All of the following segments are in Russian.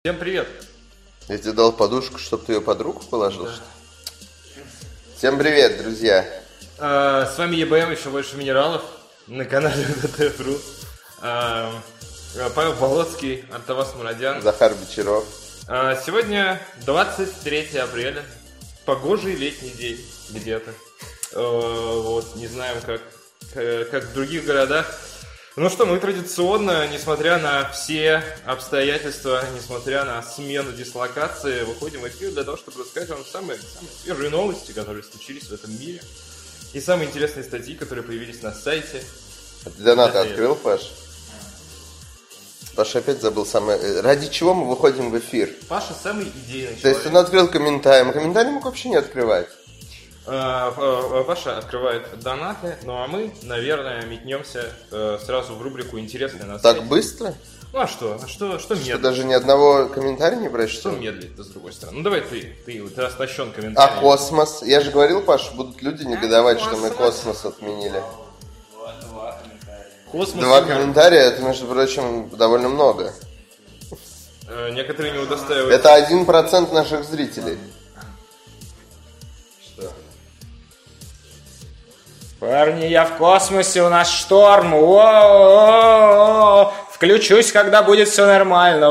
Всем привет! Я тебе дал подушку, чтобы ты ее под руку положил? Да. Всем привет, друзья! С вами ЕБМ, еще больше минералов на канале ДТФ.ру. Павел Болоцкий, Артавас Мурадян. Захар Бочаров. Сегодня 23 апреля, погожий летний день где-то. Не знаем, как в других городах. Ну что, мы традиционно, несмотря на все обстоятельства, несмотря на смену дислокации, выходим в эфир для того, чтобы рассказать вам самые свежие новости, которые случились в этом мире. И самые интересные статьи, которые появились на сайте. А ты донаты открыл, Паш? Паша опять забыл самое... Ради чего мы выходим в эфир? Паша самый идейный человек. То есть он открыл комментарий. Комментарий мог вообще не открывать. Паша открывает донаты, ну а мы, наверное, метнемся сразу в рубрику «Интересное на сайте». Так быстро? Ну а что? Что медлить? Что, даже ни одного комментария не Что прочитал? медлить-то, с другой стороны? Ну давай ты оснащен комментариями. А космос? Я же говорил, Паш, будут люди негодовать, что мы космос отменили. Космос. Два комментария, это, между прочим, довольно много. Некоторые не удостаивают. Это 1% наших зрителей. Парни, я в космосе, у нас шторм. О-о-о-о-о. Включусь, когда будет все нормально.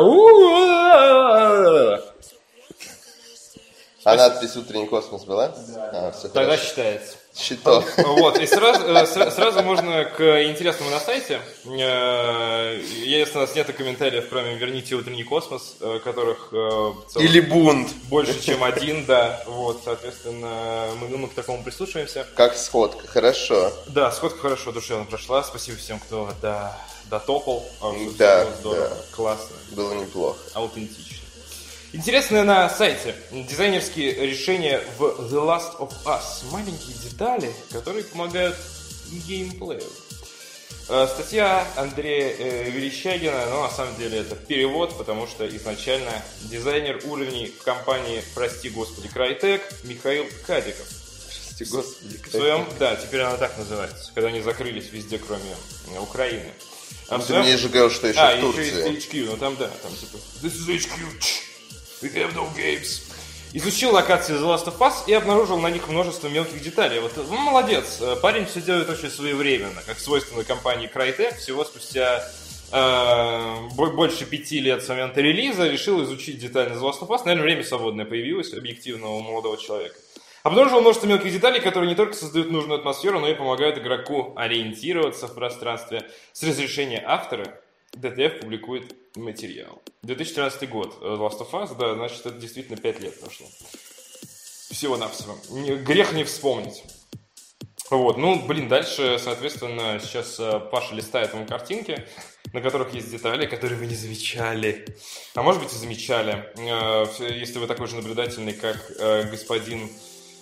А надпись «Утренний космос» была? Да. Все Тогда хорошо. считается. Считал. Вот, и сразу можно к интересному на сайте. Если у нас нет комментариев, кроме «Верните утренний космос», которых Или бунт. больше, чем один, да. Вот, соответственно, мы к такому прислушиваемся. Как сходка, хорошо. Да, сходка хорошо, душевно прошла. Спасибо всем, кто дотопал. Да, Здорово, да. классно, Было неплохо. аутентично. Интересное на сайте. Дизайнерские решения в The Last of Us. Маленькие детали, которые помогают геймплею. Статья Андрея Верещагина, но на самом деле это перевод, потому что изначально дизайнер уровней в компании, прости господи, Crytek, Михаил Кадиков. Прости, господи. В своем, да, теперь она так называется, когда они закрылись везде, кроме Украины. Ты мне же говорил, что еще в Турции. Еще есть HQ, ну там да, там типа This is HQ, we have no games. Изучил локации The Last of Us и обнаружил на них множество мелких деталей. Вот, молодец, парень все делает очень своевременно, как свойственно компании Crytek. Всего спустя больше 5 лет с момента релиза решил изучить детально The Last of Us. Наверное, время свободное появилось, объективно, у молодого человека. Обнаружил множество мелких деталей, которые не только создают нужную атмосферу, но и помогают игроку ориентироваться в пространстве. С разрешения автора ДТФ публикует материал. 2013 год. Last of Us, да, значит, это действительно 5 лет прошло. Всего-навсего. Грех не вспомнить. Вот, дальше, соответственно, сейчас Паша листает вам картинки, на которых есть детали, которые вы не замечали. А может быть и замечали. Если вы такой же наблюдательный, как господин...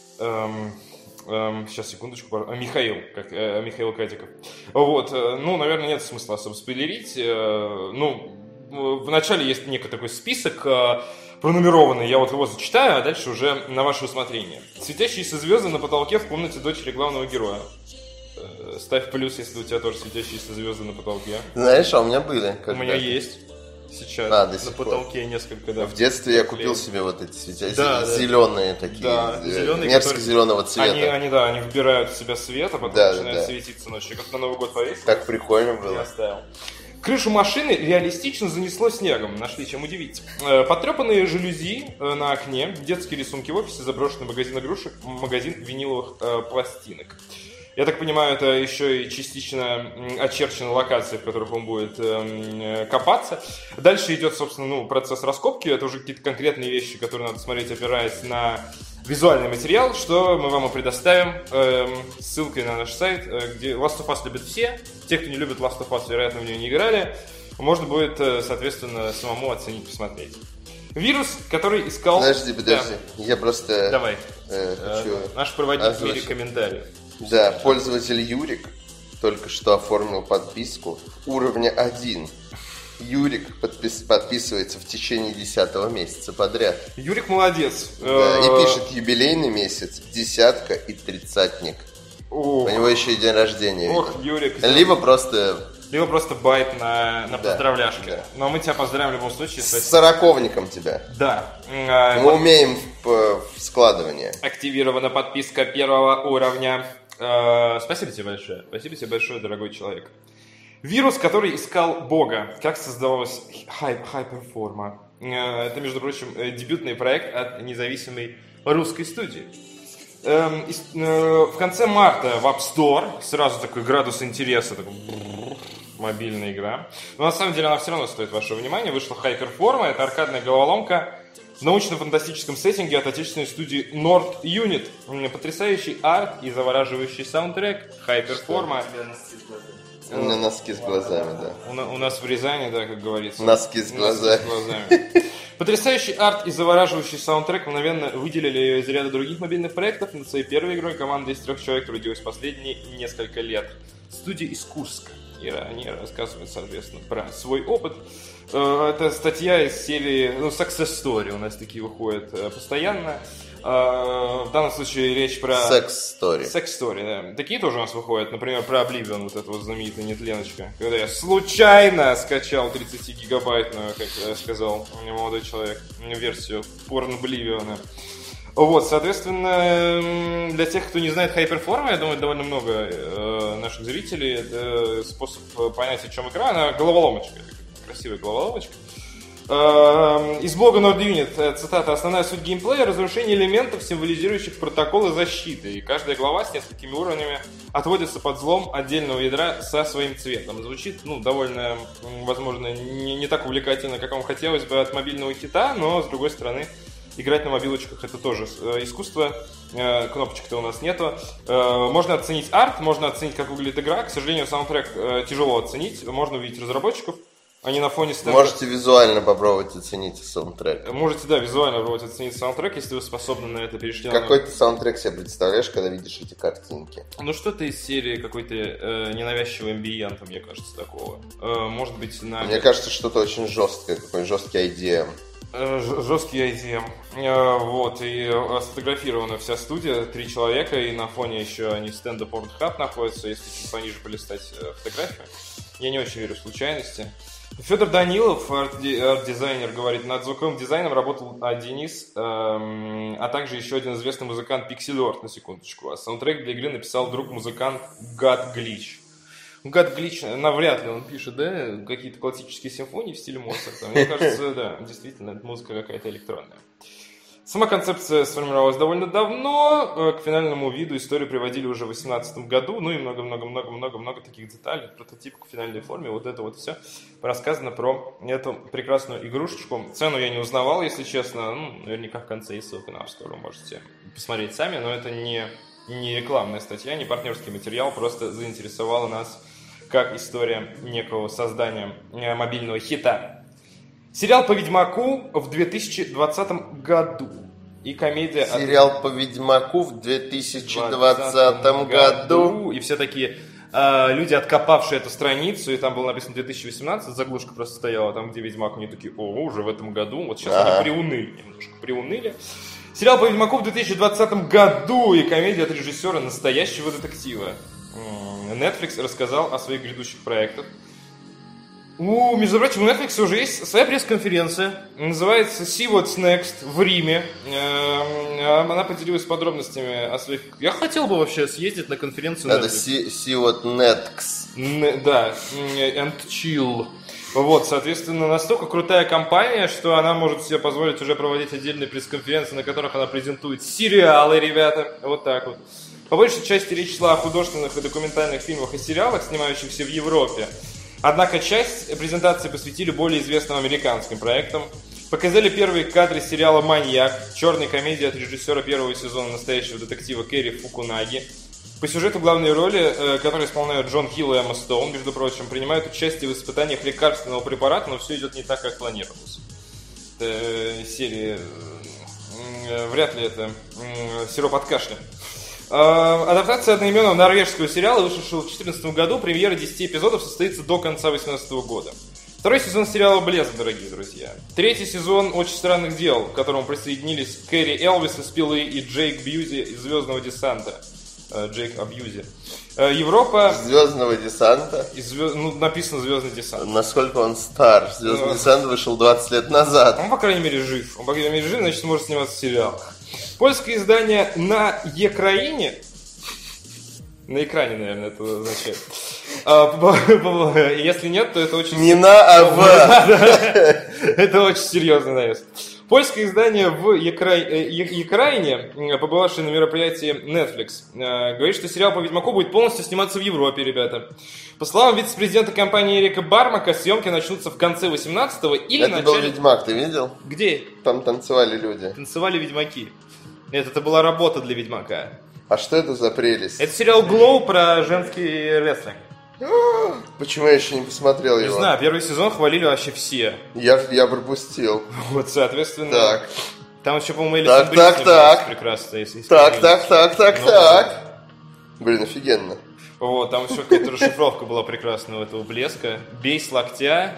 сейчас, секундочку, Михаил Кадиков. Вот, наверное, нет смысла особо спойлерить. Вначале есть некий такой список пронумерованный, я вот его зачитаю, а дальше уже на ваше усмотрение. Светящиеся звезды на потолке в комнате дочери главного героя. Ставь плюс, если у тебя тоже светящиеся звезды на потолке. Знаешь, а у меня были. У меня есть. Сейчас до сих пор. потолке несколько, да. В детстве я купил себе вот эти зеленые такие, зеленые, мерзко-зеленого цвета. Они вбирают в себя свет, а потом начинают светиться ночью. Как на Новый год повесил. Так прикольно было. Я оставил. Крышу машины реалистично занесло снегом. Нашли чем удивить. Потрепанные жалюзи на окне, детские рисунки в офисе, заброшенный магазин игрушек, магазин виниловых пластинок. Я так понимаю, это еще и частично очерчена локация, в которых он будет копаться. Дальше идет, собственно, процесс раскопки. Это уже какие-то конкретные вещи, которые надо смотреть, опираясь на визуальный материал, что мы вам и предоставим ссылкой на наш сайт, где Last of Us любят все. Те, кто не любит Last of Us, вероятно, в нее не играли. Можно будет, соответственно, самому оценить, посмотреть. Вирус, который искал... Подожди. Да. Я просто Давай. хочу... Наш проводник в мире комментариев. Да, пользователь Юрик только что оформил подписку уровня 1. Юрик подписывается в течение 10-го месяца подряд. Юрик молодец. Да, и пишет юбилейный месяц, десятка и тридцатник. У него еще и день рождения. Ох, Юрик. Либо просто либо просто байт на Да, поздравляшке. да. Но мы тебя поздравим в любом случае. С сороковником тебя. Да. Мы умеем в складывании. Активирована подписка 1 уровня. Спасибо тебе большое, дорогой человек. Вирус, который искал Бога. Как создавалась Hyperforma. Это, между прочим, дебютный проект от независимой русской студии. В конце марта в App Store сразу такой градус интереса, такой мобильная игра. Но на самом деле она все равно стоит вашего внимания. Вышла Hyperforma, это аркадная головоломка в научно-фантастическом сеттинге от отечественной студии Nord Unit. Потрясающий арт и завораживающий саундтрек. Hyperforma. У меня носки с глазами, да. У нас в Рязани, да, как говорится. Носки с глазами. Потрясающий арт и завораживающий саундтрек мгновенно выделили ее из ряда других мобильных проектов. Над своей первой игрой команда из 3 человек трудилась последние несколько лет. Студия из Курска. И они рассказывают, соответственно, про свой опыт. Это статья из серии, Success Story у нас такие выходят постоянно. В данном случае речь про... Sex Story, да. Такие тоже у нас выходят. Например, про Oblivion, вот эта вот знаменитая нетленочка. Когда я случайно скачал 30-гигабайтную, как сказал молодой человек, версию порно-Oblivion. Вот, соответственно, для тех, кто не знает Hyperforma, я думаю, довольно много наших зрителей. Это способ понять, о чем игра. Она головоломочка. Красивая головоломочка. Из блога Nord Unit, цитата: «Основная суть геймплея — разрушение элементов, символизирующих протоколы защиты, и каждая глава с несколькими уровнями отводится под взлом отдельного ядра со своим цветом». Звучит, довольно, возможно, не так увлекательно, как вам хотелось бы от мобильного хита, но, с другой стороны, играть на мобилочках — это тоже искусство, кнопочек-то у нас нету. Можно оценить арт, можно оценить, как выглядит игра. К сожалению, саундтрек тяжело оценить, можно увидеть разработчиков. Они на фоне стенда... Можете визуально попробовать оценить саундтрек. Можете, да, визуально попробовать оценить саундтрек, если вы способны на это перейти. Какой ты саундтрек себе представляешь, когда видишь эти картинки? Что-то из серии какой-то ненавязчивого амбиента, мне кажется, такого. Может быть, Мне кажется, что-то очень жесткое, какой-нибудь жесткий IDM. Жесткий IDM. Вот, и сфотографирована вся студия, 3 человека, и на фоне еще они стенда Pornhub находятся, если чуть пониже полистать фотографию. Я не очень верю в случайности. Федор Данилов, арт-дизайнер, говорит: над звуковым дизайном работал Денис, а также еще один известный музыкант Pixelord, на секундочку. А саундтрек для игры написал друг-музыкант God Glitch. God Glitch, навряд ли он пишет, да, какие-то классические симфонии в стиле Моцарта. Мне кажется, да, действительно, это музыка какая-то электронная. Сама концепция сформировалась довольно давно, к финальному виду историю приводили уже в 2018 году, и много-много таких деталей, прототип к финальной форме, вот это вот все рассказано про эту прекрасную игрушечку. Цену я не узнавал, если честно, наверняка в конце есть ссылка на App Store, вы можете посмотреть сами, но это не рекламная статья, не партнерский материал, просто заинтересовала нас как история некого создания мобильного хита. Сериал по Ведьмаку в 2020 году. И комедия... Сериал по Ведьмаку в 2020 году. И все такие люди, откопавшие эту страницу, и там было написано 2018, заглушка просто стояла там, где Ведьмак, они такие: уже в этом году. Вот сейчас они приуныли. Сериал по Ведьмаку в 2020 году. И комедия от режиссера настоящего детектива. Netflix рассказал о своих грядущих проектах. Между прочим, у Netflix уже есть своя пресс-конференция, называется See What's Next в Риме. Она поделилась подробностями о своих... Я хотел бы вообще съездить на конференцию Netflix. Это See What Next. Да, and chill. Вот, соответственно, настолько крутая компания, что она может себе позволить уже проводить отдельные пресс-конференции, на которых она презентует сериалы, ребята. Вот так вот. По большей части речь шла о художественных и документальных фильмах и сериалах, снимающихся в Европе. Однако часть презентации посвятили более известным американским проектам. Показали первые кадры сериала «Маньяк», черной комедии от режиссера первого сезона настоящего детектива Кэрри Фукунаги. По сюжету главные роли, которые исполняют Джон Хилл и Эмма Стоун, между прочим, принимают участие в испытаниях лекарственного препарата, но все идет не так, как планировалось. Это серии... Вряд ли это сироп от кашля. Адаптация одноименного норвежского сериала, вышедшего в 2014 году, премьера 10 эпизодов состоится до конца 2018 года. Второй сезон сериала «Блеск», дорогие друзья. Третий сезон «Очень странных дел», к которому присоединились Кэрри Элвис из «Пилы» и Джейк Бьюзи из «Звездного десанта». Джейк Абьюзи. Европа... Звездного десанта. Написано «Звездный десант». Насколько он стар? Звездный десант вышел 20 лет назад. Он, по крайней мере, жив. Значит, может сниматься в сериалах. Польское издание «На Екраине». На экране, наверное, это означает. Если нет, то это очень... Не на, а в. Это очень серьезный навес. Польское издание в Екраине, побывавшее на мероприятии Netflix, говорит, что сериал по Ведьмаку будет полностью сниматься в Европе, ребята. По словам вице-президента компании Эрика Бармака, съемки начнутся в конце 18-го или это был Ведьмак, ты видел? Где? Там танцевали люди. Танцевали ведьмаки. Нет, это была работа для Ведьмака. А что это за прелесть? Это сериал Glow про женский рестлинг. Почему я еще не посмотрел его? Не знаю, первый сезон хвалили вообще все. Я пропустил. Вот, соответственно... Так. Там еще, по-моему, Элисон Так. прекрасно. Если Так. Блин, офигенно. Вот, там еще какая-то расшифровка была прекрасная у этого блеска. Бей с локтя.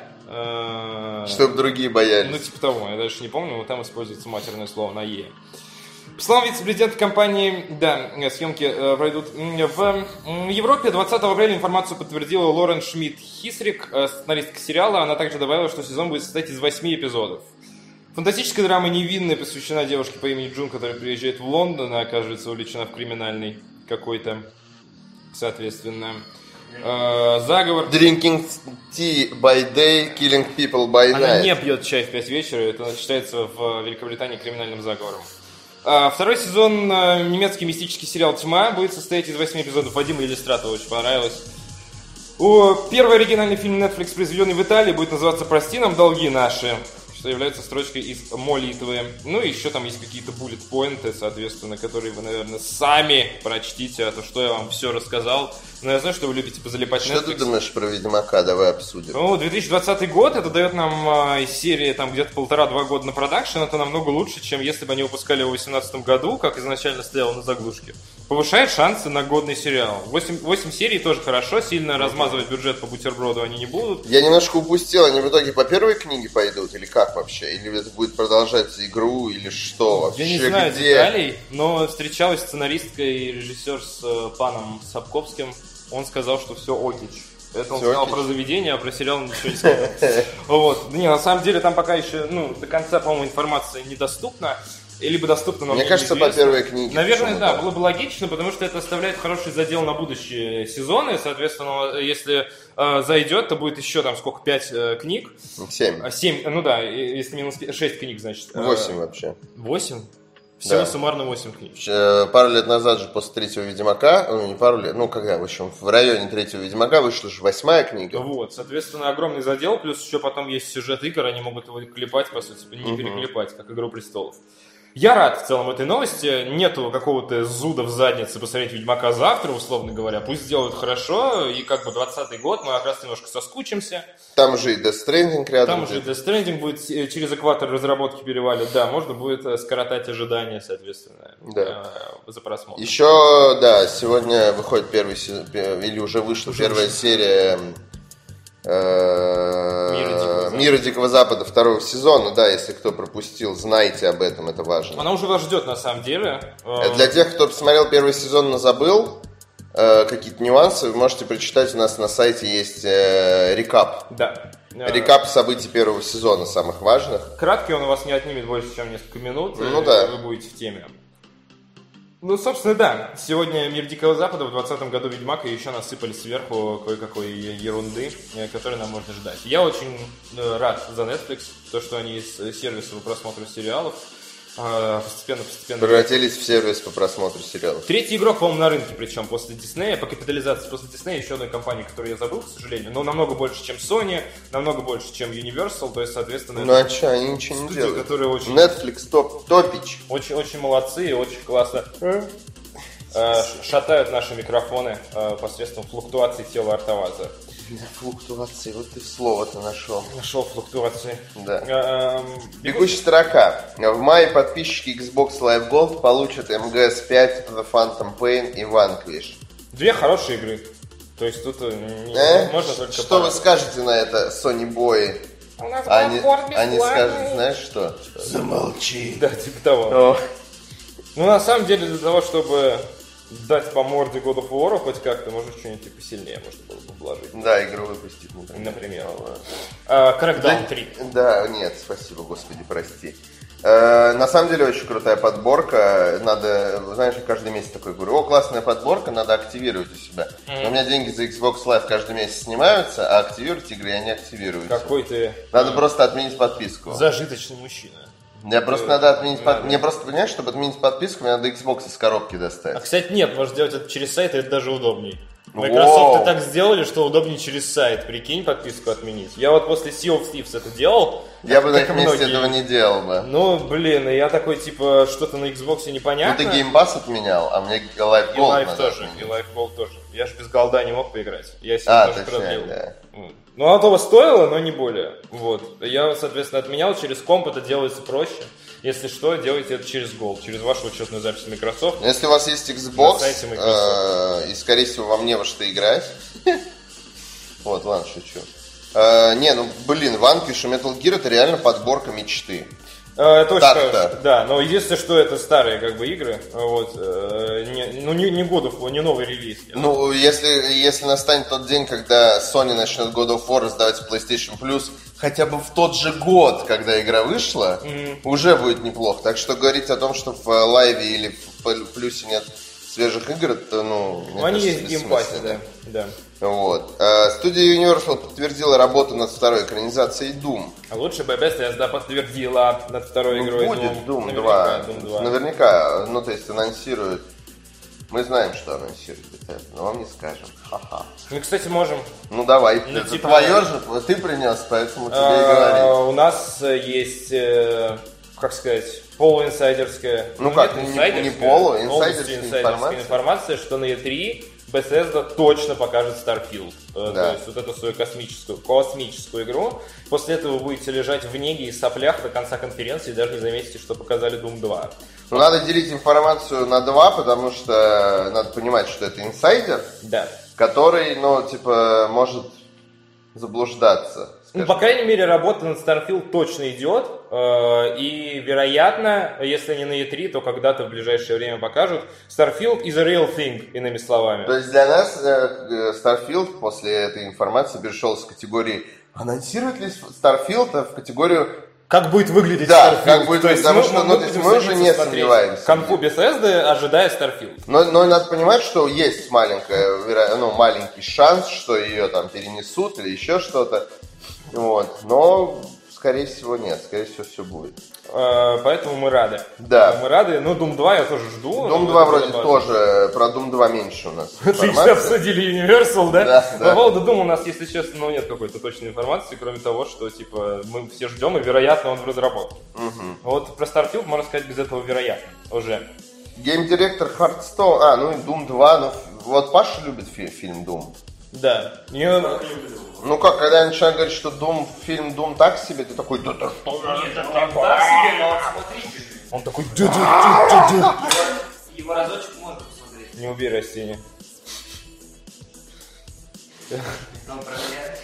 Чтобы другие боялись. Ну, типа того, я даже не помню, но там используется матерное слово на «е». По словам вице-президента компании, да, съемки пройдут в Европе. 20 апреля информацию подтвердила Лорен Шмидт-Хисрик, сценаристка сериала. Она также добавила, что сезон будет состоять из 8 эпизодов. Фантастическая драма «Невинная» посвящена девушке по имени Джун, которая приезжает в Лондон и оказывается увлечена в криминальный какой-то, соответственно, заговор. Drinking tea by day, killing people by night. Она не пьет чай в 5 вечера, это считается в Великобритании криминальным заговором. Второй сезон немецкий мистический сериал «Тьма» будет состоять из 8 эпизодов. Вадиму Иллюстратову очень понравилось. Первый оригинальный фильм Netflix, произведенный в Италии, будет называться «Прости нам долги наши», что является строчкой из молитвы. Ну и еще там есть какие-то буллет-поинты, соответственно, которые вы, наверное, сами прочтите, а то что я вам все рассказал. Но я знаю, что вы любите позалипать Netflix. Что ты думаешь про Ведьмака? Давай обсудим. Ну, 2020 год, это дает нам из серии там где-то 1,5-2 года на продакшн. Это намного лучше, чем если бы они выпускали его в 2018 году, как изначально стояло на заглушке. Повышает шансы на годный сериал. 8 серий тоже хорошо, сильно размазывать бюджет по бутерброду они не будут. Я немножко упустил, они в итоге по первой книге пойдут, или как вообще? Или это будет продолжать игру, или что вообще? Я не знаю деталей, но встречалась сценаристка и режиссер с паном Сапковским. Он сказал, что все окич. Это он сказал про заведение, а про сериал ничего не сказал. Вот. Не, на самом деле там пока еще, до конца, по-моему, информация недоступна. Либо доступна, но мне кажется, по первой книге. Наверное, да, было бы логично, потому что это оставляет хороший задел на будущие сезоны. Соответственно, если зайдет, то будет еще там сколько, 5 книг? 7. 7, ну да, если минус 6 книг, значит. 8 вообще. 8? Всего суммарно 8 книг. Пару лет назад же, после третьего Ведьмака, не пару лет, когда, в общем, в районе третьего Ведьмака вышла же 8-я книга. Вот, соответственно, огромный задел, плюс еще потом есть сюжет игр, они могут его клепать, по сути, не переклепать, как «Игру престолов». Я рад в целом этой новости, нету какого-то зуда в заднице посмотреть «Ведьмака» завтра, условно говоря, пусть сделают хорошо, и 20-й год, мы как раз немножко соскучимся. Там же и Death Stranding рядом. Там уже и Death Stranding будет через экватор разработки перевалит, да, можно будет скоротать ожидания, соответственно, за просмотр. Еще, сегодня выходит первый сезон, или уже вышла первая серия Мира Дикого Запада второго сезона, если кто пропустил, знайте об этом, это важно. Она уже вас ждет, на самом деле. Для тех, кто посмотрел первый сезон, но забыл какие-то нюансы, вы можете прочитать, у нас на сайте есть рекап. Да. Рекап событий первого сезона, самых важных. Краткий он у вас не отнимет больше, чем несколько минут, вы будете в теме. Собственно, да. Сегодня «Мир Дикого Запада», в 2020 году «Ведьмак», и еще насыпали сверху кое-какой ерунды, которой нам можно ждать. Я очень рад за Netflix, то, что они из сервиса по просмотру сериалов постепенно... превратились в сервис по просмотру сериалов. Третий игрок, по-моему, на рынке, причем после Disney, по капитализации после Disney, еще одной компании, которую я забыл, к сожалению, но намного больше, чем Sony, намного больше, чем Universal, то есть, соответственно... они ничего не делают. Которые очень... Netflix топич. Очень молодцы и очень классно шатают наши микрофоны посредством флуктуации тела Артаваза. Флуктуации, вот ты слово-то нашел. Нашел флуктуации. Да. Бегущая строка. В мае подписчики Xbox Live Gold получат MGS5, The Phantom Pain и Vanquish. 2 хорошие игры. То есть тут можно только... Что вы скажете на это, Sony Boy? Они скажут, знаешь что? Замолчи. Да, типа того. На самом деле, для того, чтобы дать по морде God of War хоть как-то, может, что-нибудь типа сильнее можно было бы вложить. Да, игру выпустить. Например. Crackdown 3. Да, нет, спасибо, господи, прости. На самом деле очень крутая подборка. Надо, знаешь, я каждый месяц такой говорю: классная подборка, надо активировать у себя. Но у меня деньги за Xbox Live каждый месяц снимаются, а активировать игры я не активирую. Какой ты... Надо просто отменить подписку. Зажиточный мужчина. Мне просто надо отменить подписку. Мне просто, понимаешь, чтобы отменить подписку, мне надо Xbox из коробки достать. А, кстати, нет, можно сделать это через сайт, и это даже удобней. Microsoft так сделали, что удобнее через сайт. Прикинь, подписку отменить. Я вот после Sea of Thieves это делал. Я бы на их месте этого не делал бы. Ну, блин, я такой, типа, что-то на Xbox непонятно. Ну, ты Game Pass отменял, а мне Live Gold и Live надо тоже, отменить. и Live Gold тоже. Я же без голда не мог поиграть. Я себе тоже точнее, продлил. да. Ну, оно того стоило, но не более. Вот. Я, соответственно, отменял. Через комп это делается проще. Если что, делайте это через Gold, через вашу учетную запись Microsoft. Если у вас есть Xbox, На сайте Microsoft. И, скорее всего, вам не во что играть. Вот, ладно, шучу. Не, ну, блин, Vanquish и Metal Gear это реально подборка мечты. Это очень Так-то. хорошо. Да, но единственное, что это старые как бы игры. Вот, не God of War, не новый релиз. Ну, если настанет тот день, когда Sony начнет God of War раздавать в PlayStation Plus, хотя бы в тот же год, когда игра вышла, уже будет неплохо. Так что говорить о том, что в лайве или в плюсе нет свежих игр, это, ну, мне Они кажется, есть в геймпассе, да. Вот. Студия Universal подтвердила работу над второй экранизацией Doom. А лучше бы Bethesda подтвердила над второй игрой Будет Doom Наверняка 2. Doom 2. Наверняка, ну, то есть анонсируют. Мы знаем, что анонсирует Bethesda, но вам не скажем. Ха-ха. Мы, кстати, можем. Ну давай, Ну, это типа- твое же, ты принес, поэтому тебе и говорить. У нас есть, как сказать, полуинсайдерская. Ну как, нет, не инсайдерская, полуинсайдерская полностью информация? информация, что на E3 Bethesda точно покажет Starfield. Да. То есть вот эту свою космическую игру. После этого вы будете лежать в неге и соплях до конца конференции и даже не заметите, что показали Doom 2. Ну, надо делить информацию на два, потому что надо понимать, что это инсайдер, Да. который, ну, типа, может заблуждаться. Ну, по крайней мере, работа над Starfield точно идет. И, вероятно, если не на E3, то когда-то в ближайшее время покажут. Starfield is a real thing, иными словами. То есть для нас Starfield после этой информации перешел с категории «Анонсирует ли Starfield?» в категорию Как будет выглядеть Да, Starfield? как будет То есть выглядеть, потому что, ну, то есть будем мы уже садиться не смотреть сомневаемся. конфу Bethesda, ожидая Starfield. Но надо понимать, что есть маленький шанс, что ее там перенесут или еще что-то. Вот. Но, скорее всего, нет. Скорее всего, все будет. Поэтому мы рады. Да. Мы рады. Ну, Doom 2 я тоже жду. Doom 2 вроде тоже. Про Doom 2 меньше у нас Ты еще информации. обсудили Universal, да? Да, По да. поводу Doom у нас, если честно, нет какой-то точной информации, кроме того, что, типа, мы все ждем, и, вероятно, он в разработке. Вот про Starfield можно сказать без этого вероятно уже. Гейм-директор Hearthstone. Ну и Doom 2. Ну, вот Паша любит фильм Doom. Да. Ну как, когда я начинаю говорить, что фильм Doom так себе, ты такой... Он такой... Его разочек можно посмотреть. Не убей растение. Он проверяет.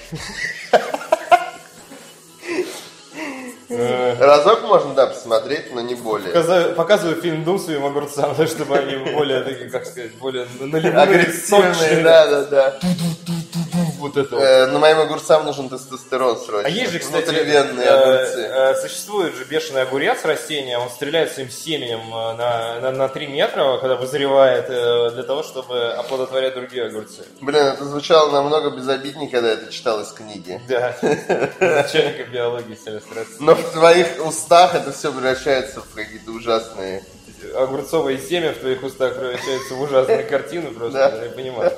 Разок можно, да, посмотреть, но не более. Показываю фильм Doom своим огурцам, чтобы они более такие, как сказать, более наливные, Агрессивные, сочные. да. Вот это вот. Но моим огурцам нужен тестостерон срочно. А есть же, кстати, внутривенные огурцы. существует же бешеный огурец растения, он стреляет своим семенем на 3 метра, когда вызревает, для того, чтобы оплодотворять другие огурцы. Блин, это звучало намного безобиднее, когда я это читал из книги. Да, начальника биологии Селестрес. Но в твоих устах это все превращается в какие-то ужасные... Огурцовое семя в твоих устах превращается в ужасные картины, просто, я понимаю.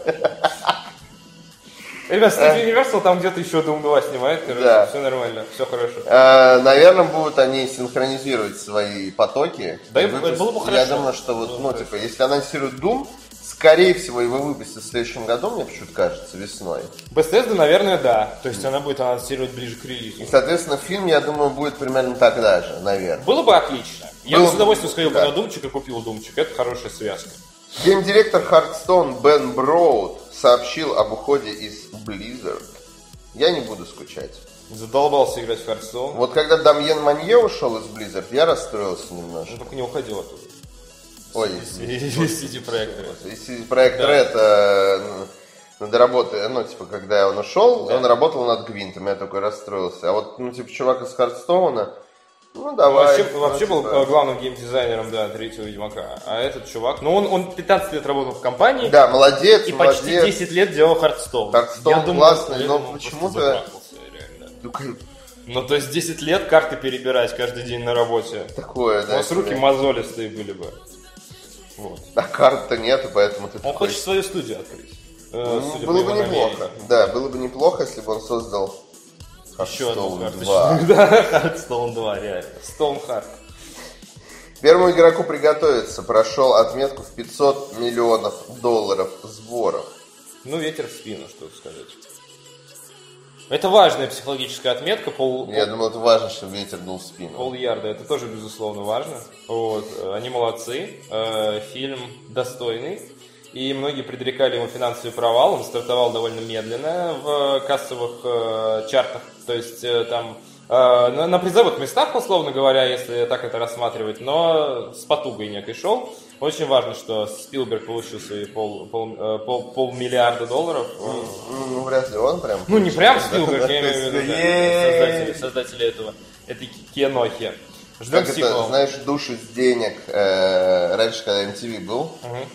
Ребят, кстати, Universal там где-то еще Doom 2 снимает, короче, Да. все нормально, все хорошо. Наверное, будут они синхронизировать свои потоки. Да, это было бы Я хорошо. думаю, что вот, Было ну, бы типа, если анонсируют Doom, скорее всего, его выпустят в следующем году, мне почему-то кажется, весной. Bethesda, наверное, да. То есть она будет анонсировать ближе к релизу. И, соответственно, фильм, я думаю, будет примерно тогда же, наверное. Было бы отлично. Я Было бы с бы, удовольствием сходил бы да. на Думчик и купил Думчик. Это хорошая связка. Гейм-директор Hearthstone Бен Броуд сообщил об уходе из Blizzard. Я не буду скучать. Задолбался играть в Hearthstone. Вот когда Дамьен Манье ушел из Blizzard, я расстроился Он немножко. только не уходил оттуда. Ой, CD Projekt Red. CD-Projekt Red над работой, ну, типа, когда он ушел, он работал над Гвинтом, я такой расстроился. А вот, ну, типа, чувак из Хардстоуна, ну, давай. Вообще был типа... главным геймдизайнером, да, третьего Ведьмака. А этот чувак, ну, он 15 лет работал в компании. Да, молодец, и молодец. почти 10 лет делал Хардстоун. Хардстоун классный, но почему-то... Ну, то есть 10 лет карты перебирать каждый день на работе. Такое, да. У вас руки мозолистые были бы. Вот. А карт-то нету, поэтому ты Он такой... хочет свою студию открыть. Было бы неплохо. Да, было бы неплохо, если бы он создал еще одну Hearthstone карточку. 2. Да, Hearthstone 2, реально. Stoneheart. Первому игроку приготовиться прошел отметку в $500 миллионов сборов. Ну, ветер в спину, что сказать. Это важная психологическая отметка. Я думал, это важно, чтобы ветер дул в спину. Полярда, это тоже, безусловно, важно. Вот. Они молодцы. Фильм достойный. И многие предрекали ему финансовый провал. Он стартовал довольно медленно в кассовых чартах. То есть там на призовых местах, условно говоря, если так это рассматривать, но с потугой некой шел. Очень важно, что Спилберг получил свои полмиллиарда долларов. Ну, вряд ли он прям. Ну, не прям Спилберг, я имею в виду, да, создатели этой кинохи. Ждем как сиквел. это, знаешь, душ из денег. Раньше, когда MTV был,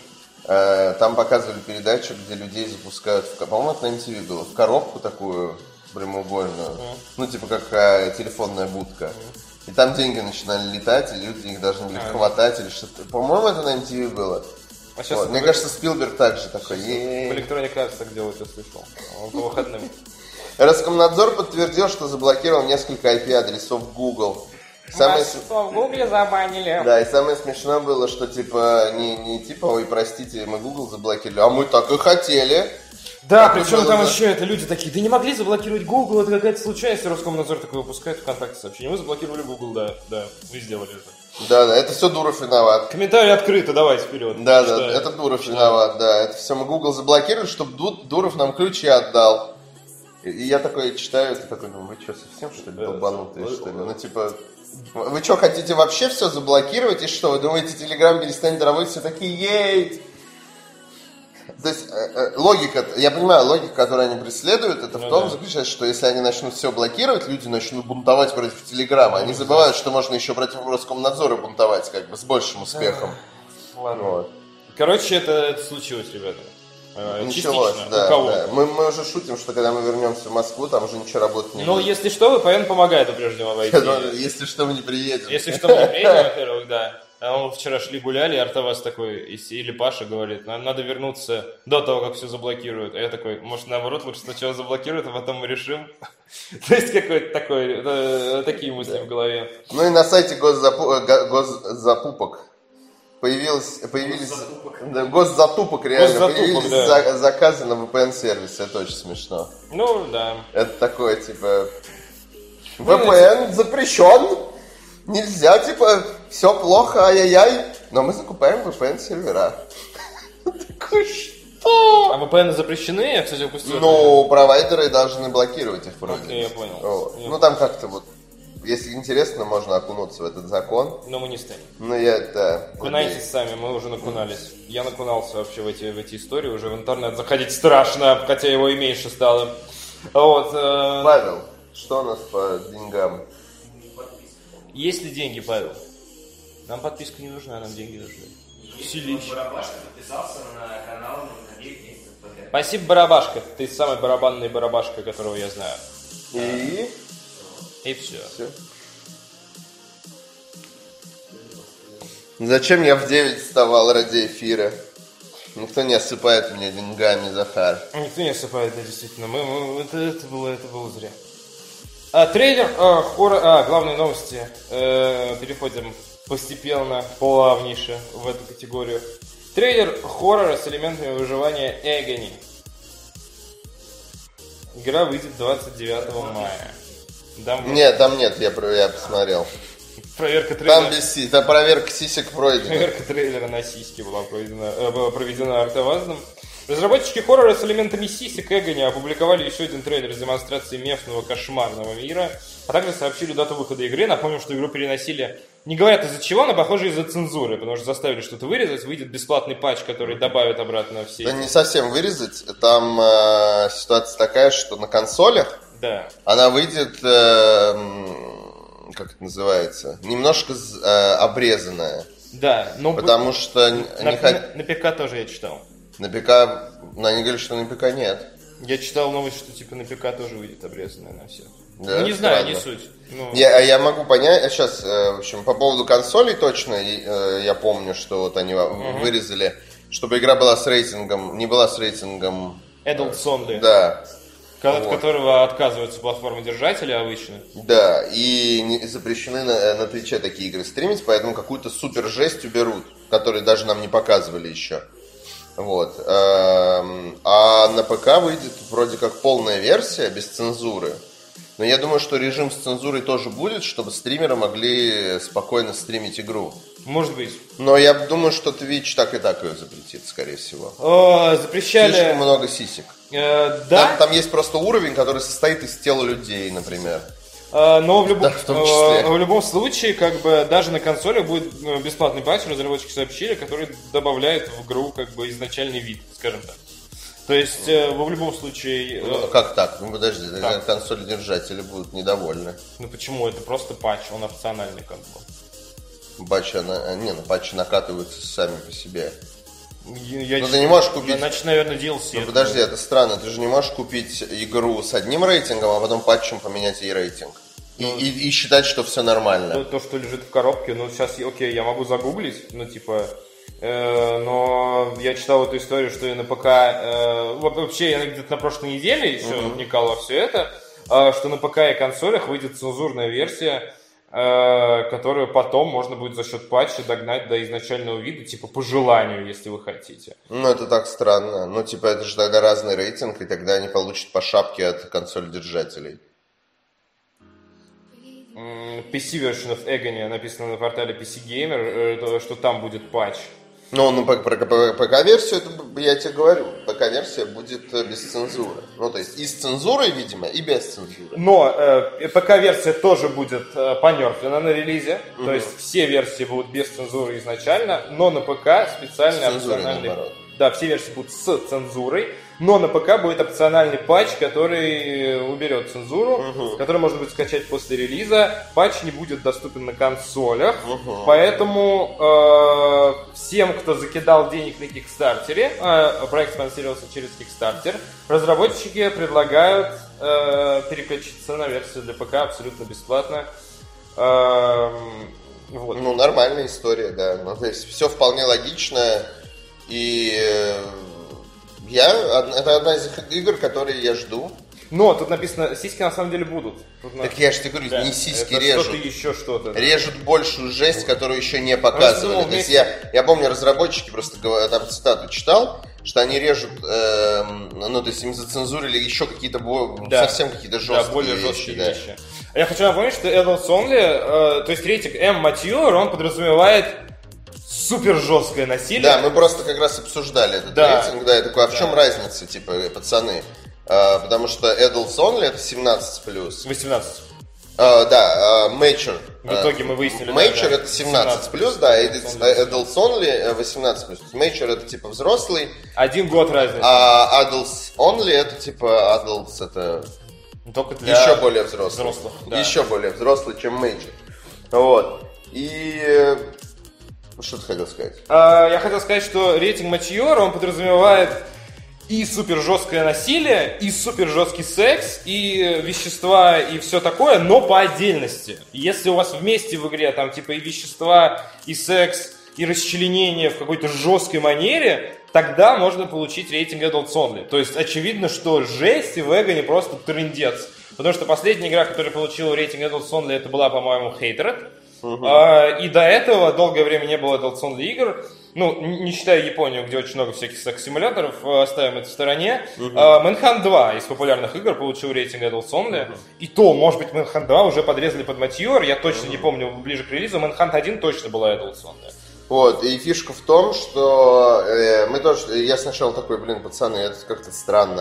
там показывали передачу, где людей запускают, по-моему, это на MTV было, в коробку такую прямоугольную, ну, типа как телефонная будка. И там деньги начинали летать, и люди их должны были хватать или что-то. По-моему, это на MTV было. Вот. Мне кажется, Спилберг также такой. В Electronic Arts так делают, я слышал. Он по выходным. Роскомнадзор подтвердил, что заблокировал несколько IP-адресов Google. В Гугле забанили. Да, и самое смешное было, что типа не типа, ой, простите, мы Google заблокировали, а мы так и хотели. Да, причем там еще это люди такие, да не могли заблокировать Google, это какая-то случайность, Роскомнадзор такой выпускает ВКонтакте сообщение. Мы заблокировали Google, да, вы сделали это. Да, это все Дуров виноват. Комментарии открыты, давайте вперед. Да, это Дуров виноват, да. Это все мы Google заблокировали, чтобы Дуров нам ключи отдал. И я такой читаю, это такой, ну вы что, совсем что ли долбанутые, что ли? Ну типа, вы что, хотите вообще все заблокировать? И что, вы думаете, Telegram перестанет работать? Все такие, ей! То есть логика, я понимаю, логика, которую они преследуют, это в том заключается, что если они начнут все блокировать, люди начнут бунтовать против Телеграма. Они забывают, что можно еще против Роскомнадзора бунтовать, как бы, с большим успехом. Ладно. Вот. Короче, это случилось, ребята. Началось, да. Мы уже шутим, что когда мы вернемся в Москву, там уже ничего работать не будет. Ну, если что, ВПН помогает прежнему войти. Если что, мы не приедем. Если что, мы не приедем, во-первых, да. А мы вчера шли гуляли, и Артавас такой, или Паша говорит, нам надо вернуться до того, как все заблокируют. А я такой, может, наоборот, лучше сначала заблокируют, а потом мы решим. То есть какой-то такой, такие мысли в голове. Ну и на сайте госзапупок появились госзатупок, реально, появились заказы на VPN-сервис, это очень смешно. Ну, да. Это такое, типа, VPN запрещен, нельзя, типа, все плохо, ай-яй-яй, но мы закупаем VPN-сервера. Такой, что? А VPN запрещены? Я, кстати, упустил. Ну, провайдеры должны блокировать их вроде. Окей, я понял. Ну, там как-то вот, если интересно, можно окунуться в этот закон. Но мы не станем. Ну, я. Кунайтесь сами, мы уже накунались. Я накунался вообще в эти истории, уже в интернет заходить страшно, хотя его и меньше стало. Вот. Павел, что у нас по деньгам? Есть ли деньги, Павел? Нам подписка не нужна, нам деньги нужны. Барабашка подписался на канал на 9 месяцев подряд. Спасибо, Барабашка. Ты самый барабанный барабашка, которого я знаю. И все. Зачем я в 9 вставал ради эфира? Никто не осыпает меня деньгами, Захар. Никто не осыпает, да, действительно. Это было зря. Трейлер хоррор... главные новости. Переходим постепенно, плавнейше в эту категорию. Трейлер хоррора с элементами выживания Agony. Игра выйдет 29 мая. Нет, там нет, я посмотрел. Проверка трейлера. Там проверка сисек пройдена. Проверка трейлера на сиськи была проведена Артавазом. Разработчики хоррора с элементами сисек Agony опубликовали еще один трейлер с демонстрацией мефного кошмарного мира. а также сообщили дату выхода игры. Напомним, что игру переносили, не говорят из-за чего, но, похоже, из-за цензуры, потому что заставили что-то вырезать, выйдет бесплатный патч, который добавит обратно все... Да не совсем вырезать, там ситуация такая, что на консолях Да. она выйдет, как это называется, немножко обрезанная. Да, но... Потому что на ПК тоже я читал. на ПК, но они говорят, что на ПК нет. Я читал новость, что типа на ПК тоже выйдет обрезанная на все. Да, Ну, не знаю, странно. не суть. Ну, Я могу понять, сейчас, в общем, по поводу консолей точно, я помню, что вот они вырезали, чтобы игра была с рейтингом, не была с рейтингом... Adults Only, Да, от вот. которого отказываются платформы-держатели обычно. да, и запрещены на Твиче такие игры стримить, поэтому какую-то супер жесть уберут, которую даже нам не показывали еще. Вот. А на ПК выйдет вроде как полная версия, без цензуры. Но я думаю, что режим с цензурой тоже будет, чтобы стримеры могли спокойно стримить игру. Может быть. Но я думаю, что Twitch так и так ее запретит, скорее всего. Запрещали... Слишком много сисек. Да, Там есть просто уровень, который состоит из тела людей, например. но в любом, Да, в том числе. в любом случае, как бы даже на консолях будет бесплатный патч, разработчики сообщили, который добавляет в игру как бы изначальный вид, скажем так. То есть в любом случае... Ну, как так? Ну, подожди, Так. консоли-держатели будут недовольны. Ну почему? Это просто патч, он опциональный как бы. Патчи накатываются сами по себе. Я Ну, ты не можешь купить... Значит, наверное, DLC. Ну, подожди, это странно. Ты же не можешь купить игру с одним рейтингом, а потом патчем поменять ей рейтинг. И считать, что все нормально. То, что лежит в коробке, ну сейчас, окей, я могу загуглить, ну типа, но я читал эту историю, что и на ПК, вообще я где-то на прошлой неделе еще вникал во все это, что на ПК и консолях выйдет цензурная версия, которую потом можно будет за счет патча догнать до изначального вида, типа по желанию, если вы хотите. Ну, это так странно. Ну, типа, это же тогда разный рейтинг, и тогда они получат по шапке от консоль-держателей. PC version of Agony написано на портале PC Gamer, что там будет патч. Ну, про ПК-версию, это я тебе говорю, ПК-версия будет без цензуры. Ну, то есть и с цензурой, видимо, и без цензуры. Но ПК-версия тоже будет понерфлена на релизе. То есть все версии будут без цензуры изначально, но на ПК специальный С цензурой, опциональный... наоборот. Да, все версии будут с цензурой, но на ПК будет опциональный патч, который уберет цензуру, который можно будет скачать после релиза. Патч не будет доступен на консолях, поэтому всем, кто закидал денег на Кикстартере, проект спонсировался через Кикстартер, разработчики предлагают переключиться на версию для ПК абсолютно бесплатно. Вот. Ну, нормальная история, да. Ну, то есть все вполне логично. И это одна из игр, которые я жду. Но тут написано, сиськи на самом деле будут. Так я же тебе говорю, Да, не сиськи это режут. что-то еще что-то. Да. Режут большую жесть, которую еще не показывали. То есть я помню, разработчики просто там цитату читал, что они режут, ну, то есть им зацензурили еще какие-то совсем какие-то жесткие, более жесткие вещи. вещи. А я хочу напомнить, что Adults Only, то есть рейтинг M Mature, он подразумевает супер жесткое насилие. Да, мы просто как раз обсуждали этот рейтинг, да, я такой, а в чем разница, типа, пацаны? Потому что Adults Only это 17+. 18. Mature. В итоге мы выяснили, Mature да, это 17+, да, Adults Only 18+. Mature это типа взрослый, 1 год разницы. а Adults Only это типа Adults это Только для еще более взрослый. взрослых, да. Еще более взрослый, чем Mature. Вот. И что ты хотел сказать? Я хотел сказать, что рейтинг Mature, он подразумевает и супер жесткое насилие, и супер жесткий секс, и вещества, и все такое, но по отдельности. Если у вас вместе в игре там типа и вещества, и секс, и расчленение в какой-то жесткой манере, тогда можно получить рейтинг Adults Only. То есть очевидно, что жесть и в Эго не просто трындец. Потому что последняя игра, которая получила рейтинг Adults Only, это была, по-моему, Hatred. И до этого долгое время не было Adults Only игр. Ну, не считая Японию, где очень много всяких секс-симуляторов, оставим это в стороне. Manhunt 2 из популярных игр получил рейтинг Adults Only. И то, может быть, Manhunt 2 уже подрезали под Mature. Я точно не помню ближе к релизу. Manhunt 1 точно была Adults Only. Вот, и фишка в том, что мы тоже, я сначала такой, пацаны, это как-то странно.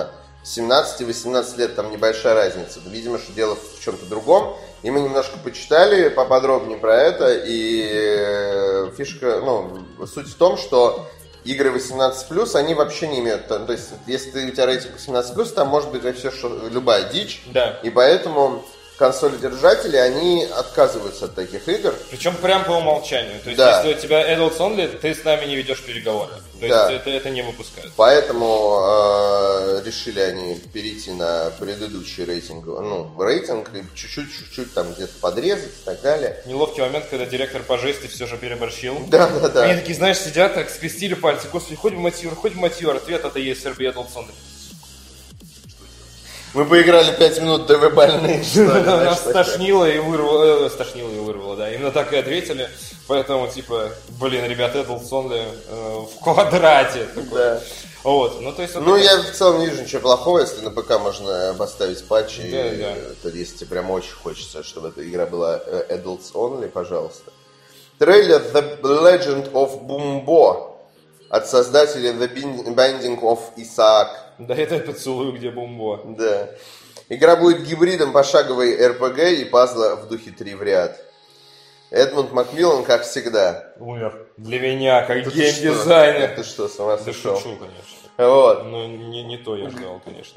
17 и 18 лет, там небольшая разница. Видимо, что дело в чем-то другом. И мы немножко почитали поподробнее про это. И фишка, суть в том, что игры 18+, они вообще не имеют... То есть, если у тебя рейтинг 18+, там может быть вообще любая дичь. Да. И поэтому консоли-держатели, они отказываются от таких игр. Причем прям по умолчанию. То есть, Да. если у тебя Adults Only, ты с нами не ведешь переговоры. То Да. есть, это не выпускают. Поэтому решили они перейти на предыдущий рейтинг, и чуть-чуть там где-то подрезать и так далее. Неловкий момент, когда директор по жести все же переборщил. Да. Они такие, знаешь, сидят так, скрестили пальцы. Господи, хоть в мотивер. Ответ это ESRB Adults Only. Мы поиграли 5 минут, да вы больные, что ли? Нас стошнило и вырвало, да. Именно так и ответили. Поэтому, ребят, Adults Only в квадрате. Да. Вот, то есть... Я в целом не вижу ничего плохого, если на ПК можно поставить патчи. Да. Если тебе прям очень хочется, чтобы эта игра была Adults Only, пожалуйста. Трейлер The Legend of Bumbo от создателей The Binding of Isaac. Да, это поцелуй, где бомбо. Да. Игра будет гибридом пошаговой RPG и пазла в духе 3 в ряд. Эдмунд Макмиллан, как всегда. Умер. Для меня, как Да геймдизайнер. Ты что, с ума Да сошел? шучу, конечно. Вот. Но не то я ждал, конечно.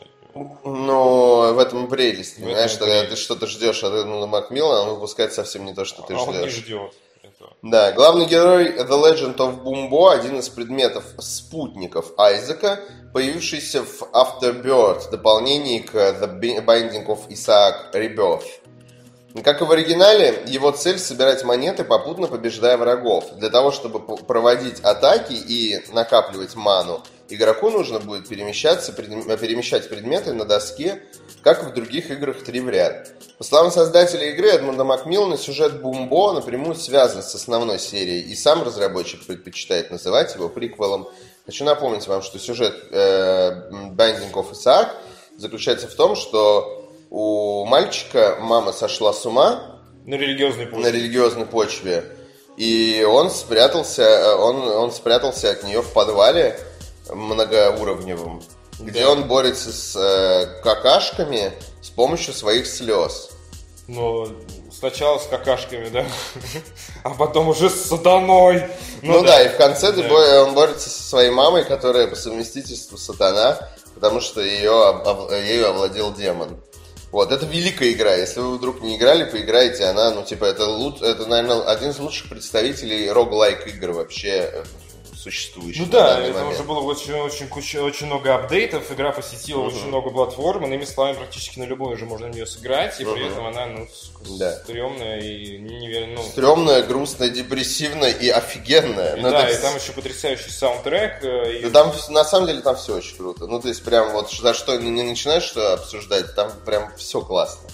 Но в этом и прелесть. Понимаешь, этом когда прелесть. ты что-то ждешь от Эдмунда Макмиллана, он выпускает совсем не то, что ты Он не ждешь. ждет этого. Да, главный герой The Legend of Bumbo, один из предметов спутников Айзека, появившийся в Afterbirth, дополнении к The Binding of Isaac Rebirth. Как и в оригинале, его цель — собирать монеты, попутно побеждая врагов. Для того, чтобы проводить атаки и накапливать ману, игроку нужно будет перемещать предметы на доске, как и в других играх 3 в ряд. По словам создателя игры Эдмунда Макмиллана, сюжет Бумбо напрямую связан с основной серией, и сам разработчик предпочитает называть его приквелом. Хочу напомнить вам, что сюжет Binding of Isaac заключается в том, что у мальчика мама сошла с ума На религиозной почве. И он спрятался от нее в подвале многоуровневом, где он борется с какашками с помощью своих слез. Но сначала с какашками, да? А потом уже с сатаной. Ну да, и в конце он борется со своей мамой, которая по совместительству сатана, потому что ею овладел демон. Вот, это великая игра. Если вы вдруг не играли, поиграйте. Она, это, наверное, один из лучших представителей роглайк игр вообще существующих. Ну да, это уже было очень много апдейтов. Игра посетила очень много платформ. Иными словами, практически на любой уже можно в нее сыграть. И при этом она, стрёмная и невероятно. Стрёмная, грустная, депрессивная и офигенная. И там еще потрясающий саундтрек. Там, на самом деле, там все очень круто. То есть, прям вот за что не начинаешь что обсуждать, там прям все классно.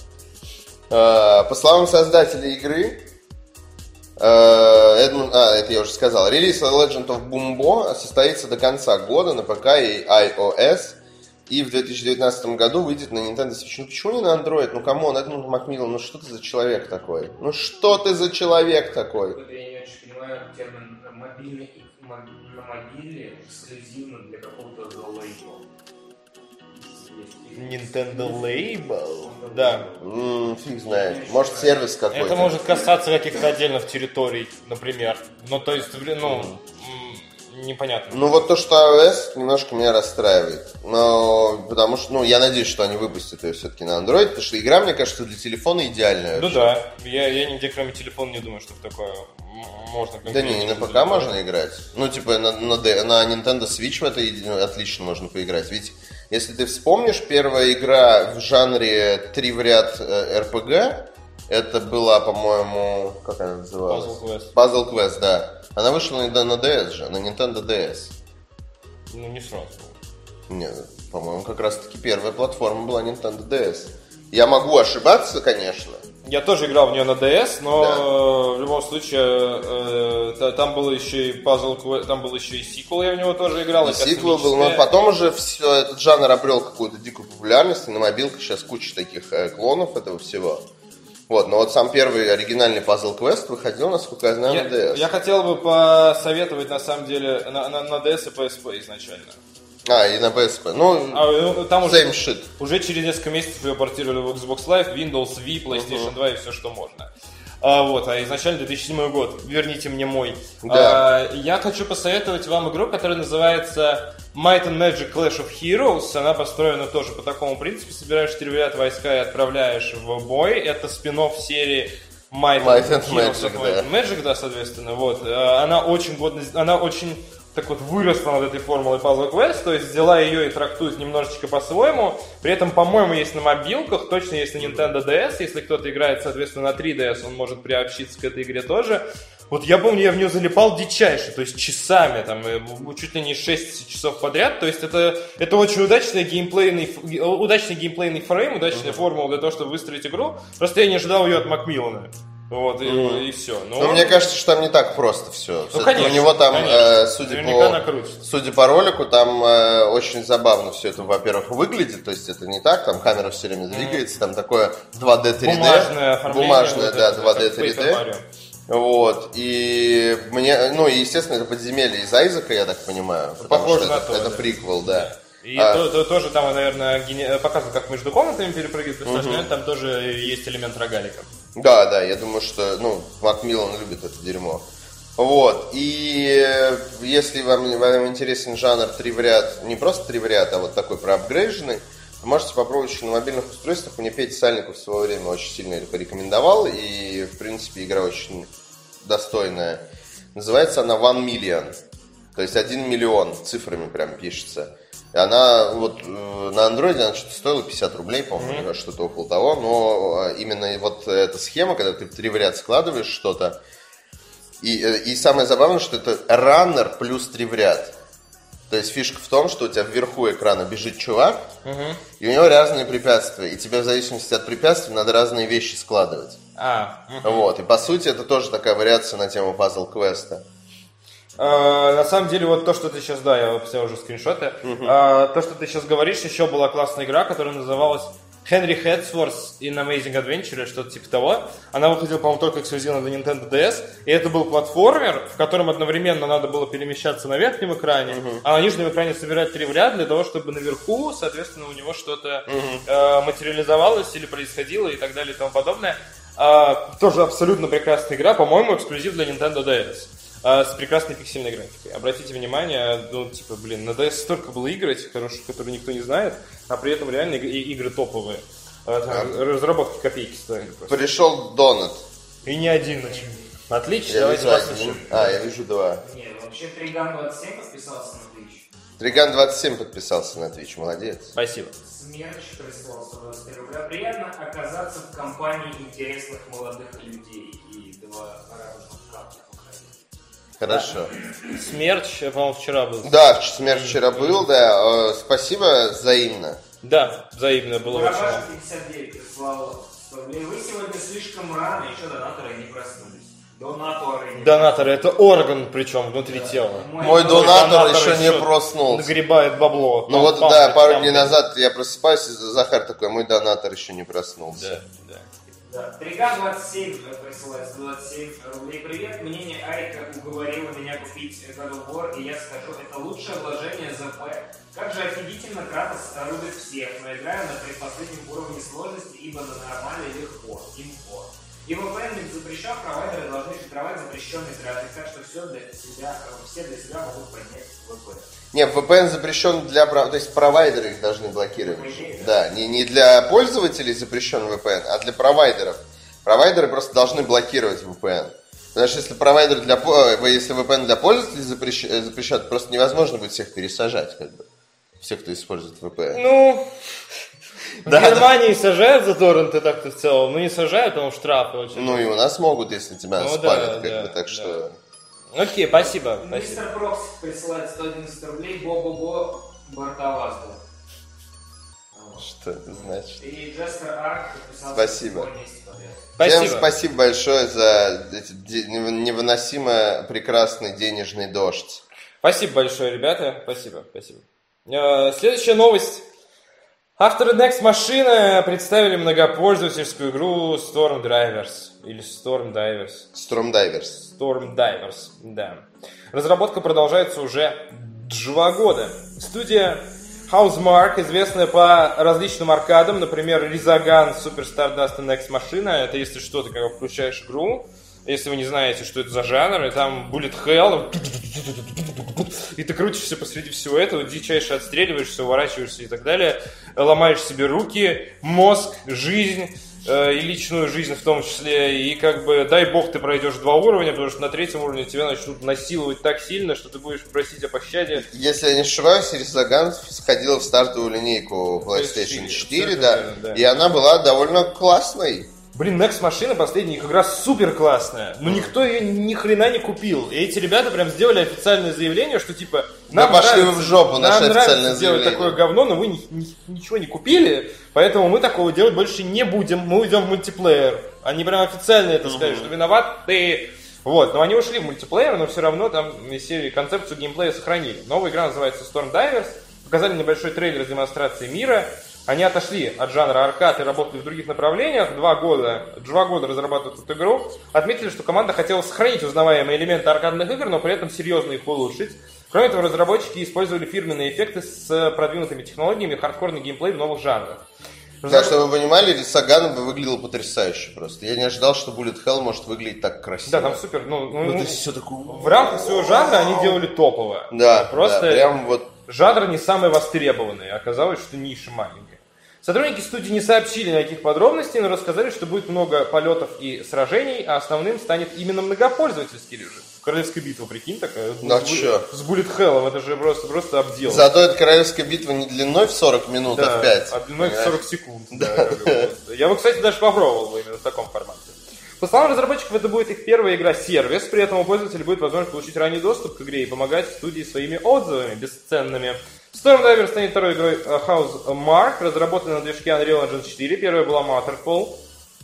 По словам создателей игры, это я уже сказал, релиз The Legend of Bumbo состоится до конца года на ПК и iOS. И в 2019 году выйдет на Nintendo Switch. Ну почему не на Android? Камон, Эдмунд Макмиллан, что ты за человек такой? Я не очень понимаю термин мобильный на мобиле эксклюзивно для какого-то The Label. Nintendo Label? Да. Фиг знает. Может, сервис какой-то. Это может касаться каких-то отдельных территорий, например. Непонятно. Вот то, что iOS, немножко меня расстраивает. Потому что, я надеюсь, что они выпустят ее все-таки на Android, потому что игра, мне кажется, для телефона идеальная. Ну да. Я нигде, кроме телефона, не думаю, что в такое можно... Да не на ПК можно играть. На Nintendo Switch в это отлично можно поиграть. Ведь, если ты вспомнишь, первая игра в жанре 3 в ряд RPG, это была, по-моему, как она называлась? Puzzle Quest, да. Она вышла на DS же, на Nintendo DS. Не сразу. Нет, по-моему, как раз-таки первая платформа была Nintendo DS. Я могу ошибаться, конечно. Я тоже играл в нее на DS, но в любом случае там был еще и Puzzle, там был еще и сиквел, я в него тоже играл. И сиквел был, но потом уже все, этот жанр обрел какую-то дикую популярность, и на мобилках сейчас куча таких клонов этого всего. Но сам первый оригинальный Puzzle Quest выходил, насколько я знаю, на DS. Я хотел бы посоветовать, на самом деле, на DS и PSP изначально. И на PSP. Ну, там same shit. уже через несколько месяцев ее портировали в Xbox Live, Windows Wii, PlayStation 2 и все, что можно. А изначально 2007 год. Верните мне мой. Да. Я хочу посоветовать вам игру, которая называется Might and Magic Clash of Heroes. Она построена тоже по такому принципу. Собираешь 4 в ряд войска и отправляешь в бой. Это спин-офф серии Might and Magic, да, соответственно. Вот. Она очень так вот выросла над этой формулой Puzzle Quest, то есть взяла ее и трактует немножечко по-своему. При этом, по-моему, есть на мобилках, точно есть на Nintendo DS. Если кто-то играет, соответственно, на 3DS, он может приобщиться к этой игре тоже. Вот я помню, я в нее залипал дичайше, то есть часами, там, чуть ли не 6 часов подряд. То есть это очень удачный геймплейный фрейм, удачная формула для того, чтобы выстроить игру. Просто я не ожидал ее от Макмиллана. Вот, и все. Но мне кажется, что там не так просто все. Ну, конечно, у него там, конечно. судя по ролику, там очень забавно все это, во-первых, выглядит. То есть это не так, там камера все время двигается, там такое 2D, 3D. Бумажное, да, 2D, 3D. Вот, и мне, ну, естественно, это подземелье из Айзека, я так понимаю. Похоже на это приквел, да. И тоже там, наверное, показывают, как между комнатами перепрыгивать персонаж, наверное, там тоже есть элемент рогалика. Да, я думаю, что, Макмиллан любит это дерьмо. Вот, и если вам интересен жанр 3 в ряд, не просто 3 в ряд, а вот такой проапгрейженный, можете попробовать еще на мобильных устройствах. Мне Петя Сальников в свое время очень сильно это порекомендовал, и, в принципе, игра очень достойная. Называется она One Million, то есть 1 миллион, цифрами прям пишется. И она вот на андроиде она что-то стоила 50 рублей, по-моему, что-то около того. Но именно вот эта схема, когда ты в 3 в ряд складываешь что-то, и самое забавное, что это раннер плюс 3 в ряд. То есть фишка в том, что у тебя вверху экрана бежит чувак, и у него разные препятствия. И тебе в зависимости от препятствий надо разные вещи складывать. Вот, и по сути это тоже такая вариация на тему пазл-квеста. На самом деле, вот то, что ты сейчас, да, я взял уже скриншоты. То, что ты сейчас говоришь, еще была классная игра, которая называлась Henry Headsworth in Amazing Adventure, что-то типа того. Она выходила, по-моему, только эксклюзивно на Nintendo DS. И это был платформер, в котором одновременно надо было перемещаться на верхнем экране, а на нижнем экране собирать 3 в ряд для того, чтобы наверху, соответственно, у него что-то материализовалось или происходило и так далее и тому подобное. Тоже абсолютно прекрасная игра, по-моему, эксклюзив для Nintendo DS. С прекрасной пиксельной графикой. Обратите внимание, на DS столько было игр этих хороших, которые никто не знает, а при этом реально игры топовые. Разработки копейки стоили просто. Пришел Донат. И не один. Отлично, давайте послушаем. Я вижу 2. Нет, вообще Триган 27 подписался на Twitch. Триган 27 подписался на Twitch, молодец. Спасибо. Смерч прислал 123 рубля. Приятно оказаться в компании интересных молодых людей и 2 радужных капля. Хорошо. Смерч, по-моему, вчера был. Да, Смерч вчера был, да. Спасибо взаимно. Да, взаимно было очень. Барабаша 59 прислал 100 рублей. Вы сегодня слишком рано, еще донаторы не проснулись. Донаторы, это орган, причем внутри тела. Мой донатор еще не проснулся. Нагребает бабло. Ну вот, да, пару дней назад я просыпаюсь, и Захар такой, мой донатор еще не проснулся. Да. Да. Триган 27 присылает 127 рублей. Привет, мнение Айка уговорило меня купить God of War, и я скажу, это лучшее вложение ЗП. Как же офигительно Кратос рубит всех, но играю на предпоследнем уровне сложности, ибо на нормальной легко, импо. И VPN не запрещен, провайдеры должны фильтровать запрещенный трафик, так что все для себя могут поднять VPN. Нет, VPN запрещен то есть провайдеры их должны блокировать. Да, не для пользователей запрещен VPN, а для провайдеров. Провайдеры просто должны блокировать VPN. Потому что если VPN для пользователей запрещат, просто невозможно будет всех пересажать, всех, кто использует VPN. В Германии сажают за торренты так-то в целом, но не сажают, потому что штрафы очень. И у нас могут, если тебя спалят, так что... Окей, спасибо. Мистер Прокс присылает 111 рублей. Бо-бо-бо, бортовазду. Что это значит? И Джестер Арк подписался. Спасибо. Спасибо. Всем спасибо большое за невыносимо прекрасный денежный дождь. Спасибо большое, ребята. Спасибо. Следующая новость. Авторы Next Machine представили многопользовательскую игру Storm Drivers. Или Storm Divers. Storm Divers, да. Разработка продолжается уже 2 года. Студия Housemarque, известная по различным аркадам, например, Resogun, Super Stardust и Next Machina. Это если что, ты как бы включаешь игру, если вы не знаете, что это за жанр, и там Bullet Hell, и ты крутишься посреди всего этого, дичайше отстреливаешься, уворачиваешься и так далее, ломаешь себе руки, мозг, жизнь, и личную жизнь в том числе, и как бы, дай бог, ты пройдешь 2 уровня, потому что на 3-м уровне тебя начнут насиловать так сильно, что ты будешь просить о пощаде. Если я не ошибаюсь, Resogun сходила в стартовую линейку PlayStation 4, да, и она была довольно классной. Блин, Next Machina последняя их игра супер классная, но никто ее ни хрена не купил. И эти ребята прям сделали официальное заявление, что типа нам пошли вы в жопу, наше официальное делать такое говно, но вы ничего не купили, поэтому мы такого делать больше не будем, мы уйдем в мультиплеер. Они прям официально это сказали, что виноват ты. Вот, но они ушли в мультиплеер, но все равно там концепцию геймплея сохранили. Новая игра называется Storm Divers, показали небольшой трейлер с демонстрацией мира. Они отошли от жанра аркад и работали в других направлениях. 2 года разрабатывают эту игру. Отметили, что команда хотела сохранить узнаваемые элементы аркадных игр, но при этом серьезно их улучшить. Кроме того, разработчики использовали фирменные эффекты с продвинутыми технологиями и хардкорный геймплей в новых жанрах. Так, чтобы вы понимали, Resogun выглядел потрясающе просто. Я не ожидал, что Bullet Hell может выглядеть так красиво. Да, там супер. Это все такое... В рамках своего жанра они делали топово. Да, просто да, прям вот... жанр не самый востребованный. Оказалось, что ниша маленькая. Сотрудники студии не сообщили никаких подробностей, но рассказали, что будет много полетов и сражений, а основным станет именно многопользовательский режим. Королевская битва, прикинь, такая. С Bullet Hell'ом, это же просто обдел. Зато эта королевская битва не длиной в 40 минут, а в 5. А длиной в 40 секунд. Да. Я бы, кстати, даже попробовал именно в таком формате. По словам разработчиков, это будет их первая игра-сервис, при этом у пользователей будет возможность получить ранний доступ к игре и помогать студии своими отзывами бесценными. Storm Divers станет второй игрой Housemarque, разработанной на движке Unreal Engine 4. Первая была Matterfall.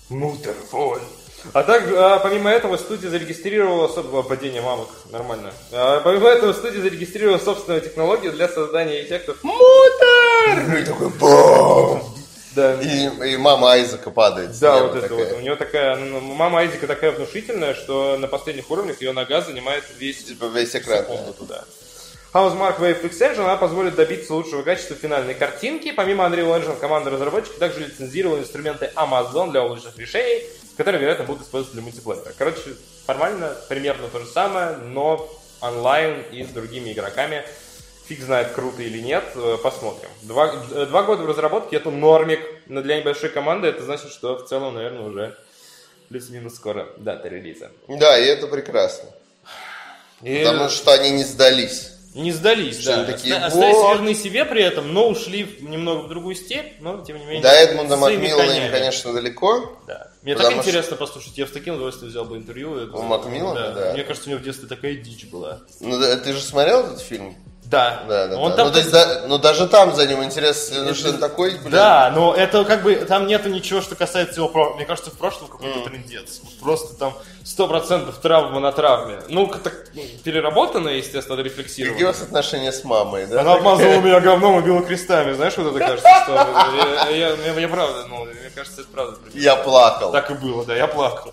А также, помимо этого, студия зарегистрировала... Падение мамок, нормально. Помимо этого, студия зарегистрировала собственную технологию для создания эффектов Мутер! И такой бум! Да. И мама Айзека падает. Да, вот это вот. У нее такая... Мама Айзека такая внушительная, что на последних уровнях ее нога занимает весь экран. Туда. Housemarque VFX Engine, она позволит добиться лучшего качества финальной картинки. Помимо Unreal Engine, команда разработчиков также лицензировала инструменты Amazon для улучшенных решений, которые, вероятно, будут использоваться для мультиплеера. Короче, формально примерно то же самое, но онлайн и с другими игроками. Фиг знает, круто или нет, посмотрим. 2 года в разработке — это нормик, но для небольшой команды это значит, что в целом, наверное, уже плюс-минус скоро дата релиза. Да, и это прекрасно. Потому что они не сдались. Не сдались, да. Остались верны себе при этом, но ушли немного в другую степь, но тем не менее. До Эдмунда Макмиллана им, конечно, далеко. Да. Мне так интересно послушать, я в таким удовольствием взял бы интервью. У Макмиллана, да. Мне кажется, у него в детстве такая дичь была. Ну, ты же смотрел этот фильм? Да. Он там... Но даже там за ним интересно, что он такой, блин. Да, но это как бы, там нету ничего, что касается его прошлого. Мне кажется, в прошлом какой-то трындец. Просто там 100% травма на травме. Ну, как-то переработано, естественно, рефлексировано. Какие у вас отношения с мамой, да? Она обмазывала меня говном и била крестами. Знаешь, вот это кажется, что... Я правда, мне кажется, это правда. Я плакал. Так и было, да, я плакал.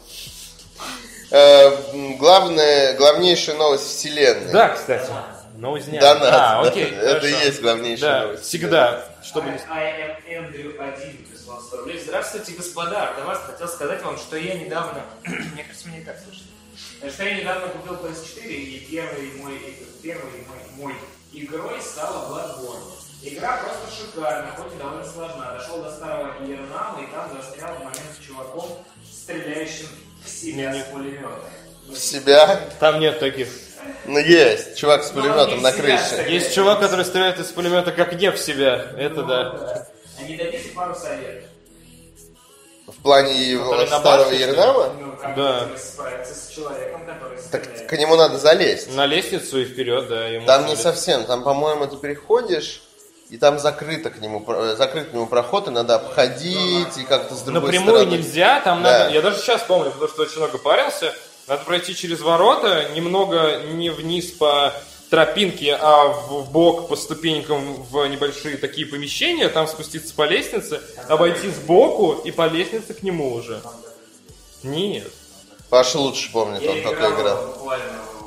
Главнейшая новость вселенной. Да, кстати. Новость Донат. Окей, это и есть главнейшая новость. Всегда. Чтобы не... Эндрю 1 прислал 100 рублей. Здравствуйте, господа. Артемас, хотел сказать вам, что я недавно... Мне кажется, меня и так слышно. Что я недавно купил PS4, и первой мой игрой стала Bloodborne. Игра просто шикарная, хоть и довольно сложна. Дошел до старого Иернама, и там застрял в момент с чуваком, стреляющим в себя с пулемета. В себя? Там нет таких. Ну, есть. Чувак с пулеметом на крыше. Есть чувак, который стреляет из пулемета как не в себя. Это да. А не дадите пару советов? В плане его старого Ернама? Да. Справиться с человеком, который стреляет. Так к нему надо залезть. На лестницу и вперед, да. Там не совсем. Там, по-моему, ты переходишь, и там закрыт к нему проход, и надо обходить, и как-то с другой стороны. Напрямую нельзя, там надо... Я даже сейчас помню, потому что очень много парился. Надо пройти через ворота, немного не вниз по тропинке, а в бок по ступенькам в небольшие такие помещения, там спуститься по лестнице, обойти сбоку и по лестнице к нему уже. Нет. Паша лучше помнит, он такой играл.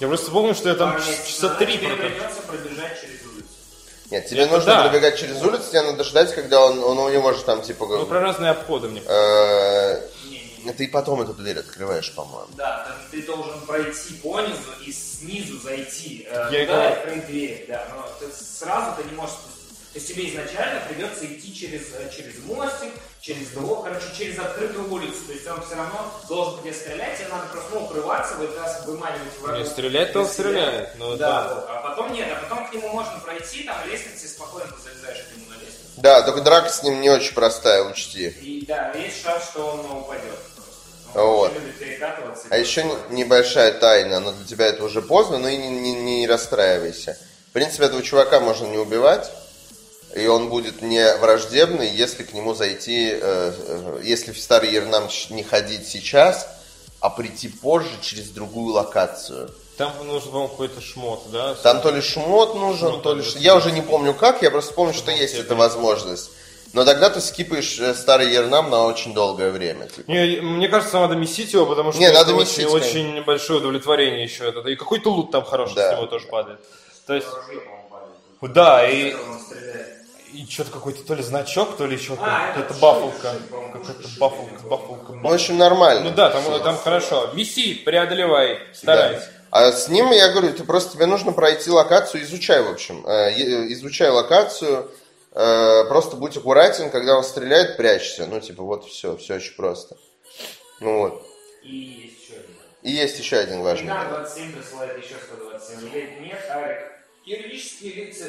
Я просто помню, что я там Пару месяцев часа назад 3 тебе прокатил. придется пробежать через улицу. Нет, тебе нужно да. пробегать через улицу, тебе надо ждать, когда он у него же там типа... Ну, про разные обходы мне кажется. Ты потом эту дверь открываешь, по-моему. Да, там ты должен пройти понизу и снизу зайти. Я Туда и открыть дверь, да. Но сразу ты не можешь... То есть тебе изначально придется идти через мостик, через двор, через открытую улицу. То есть он все равно должен тебе стрелять, тебе надо просто укрываться, выманивать врагов. Не, стрелять-то он стреляет. Но Да, а потом нет, а потом к нему можно пройти, там лестницы, спокойно ты залезаешь к нему на лестницу. Да, только драка с ним не очень простая, учти. И да, есть шанс, что он упадет просто. Вот. Он любит перекатываться. А еще небольшая тайна, но для тебя это уже поздно, но и не расстраивайся. В принципе, этого чувака можно не убивать, и он будет не враждебный, если к нему зайти, если в Старый Ернам не ходить сейчас, а прийти позже через другую локацию. Там нужен, по-моему, какой-то шмот, да? Там то ли шмот нужен, то ли... Я уже не помню как, я просто помню, что есть эта возможность. Но тогда ты скипаешь Старый Ернам на очень долгое время. Типа. Не, мне кажется, надо месить его, потому что Не, это надо месить, очень большое удовлетворение еще. Это. И какой-то лут там хороший Да. с него тоже падает. То есть, Ружье, по-моему, падает. да, и Он стреляет. что-то какой-то то ли значок, то ли еще А, какая-то это бафулка. шиши, по-моему, Какая-то шиши, бафулка. Ну, в общем, нормально. Ну да, там хорошо. Меси, преодолевай, старайся. А с ним, я говорю, тебе нужно пройти локацию, изучай, в общем. Изучай локацию, просто будь аккуратен, когда он стреляет, прячься. Ну, типа, вот все очень просто. Ну вот. И есть еще один. И есть еще один важный Игна момент. 27 присылает еще 127 рублей. Нет, Арик. Юридические лица...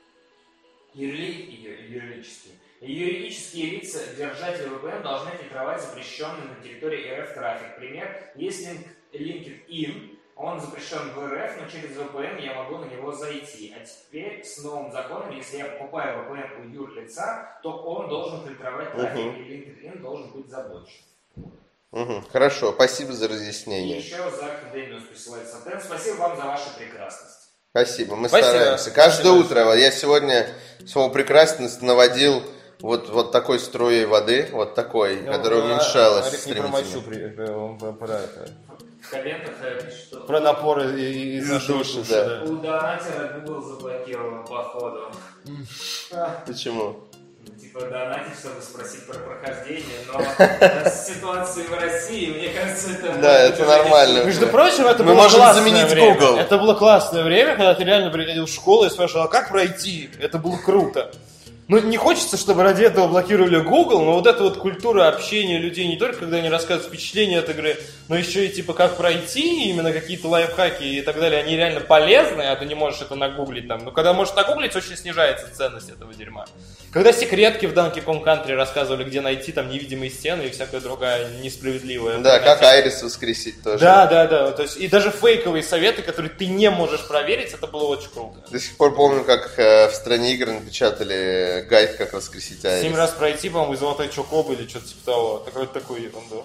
Юридические лица, держатели VPN, должны фильтровать запрещенный на территории РФ трафик. Пример, есть LinkedIn, он запрещен в РФ, но через VPN я могу на него зайти. А теперь с новым законом, если я покупаю VPN у юрлица, то он должен фильтровать трафик, и LinkedIn должен быть забочен. Хорошо, спасибо за И разъяснение. еще Зак Дэниус присылает сатен. Спасибо вам за вашу прекрасность. Спасибо, мы Спасибо. стараемся. Каждое Спасибо. утро, вот я сегодня свою прекрасность наводил вот такой струей воды, вот такой, которая уменьшалась Арик не про мочу, стремительно. он про это. В комментах что? Про напор из нашего души, душа, да. да. У донатера Google заблокирован, походу. Почему? Типа донатить, чтобы спросить про прохождение, но с ситуацией в России, мне кажется, это... Да, это нормально. Между прочим, это Мы было можем классное заменить время. Google. Это было классное время, когда ты реально приходил в школу и спрашивал, а как пройти? Это было круто. Ну, не хочется, чтобы ради этого блокировали Google, но вот эта вот культура общения людей не только, когда они рассказывают впечатления от игры, но еще и типа как пройти, именно какие-то лайфхаки и так далее, они реально полезны, а ты не можешь это нагуглить там. Но когда можешь нагуглить, очень снижается ценность этого дерьма. Когда секретки в Donkey Kong Country рассказывали, где найти там невидимые стены и всякая другая несправедливая. Да, как Айрис воскресить тоже. Да. То есть, и даже фейковые советы, которые ты не можешь проверить, это было очень круто. До сих пор помню, как в стране игр напечатали гайд, как воскресить Айрис. 7 раз пройти, по-моему, и золотой чокоб или что-то типа того. Такую ерунду.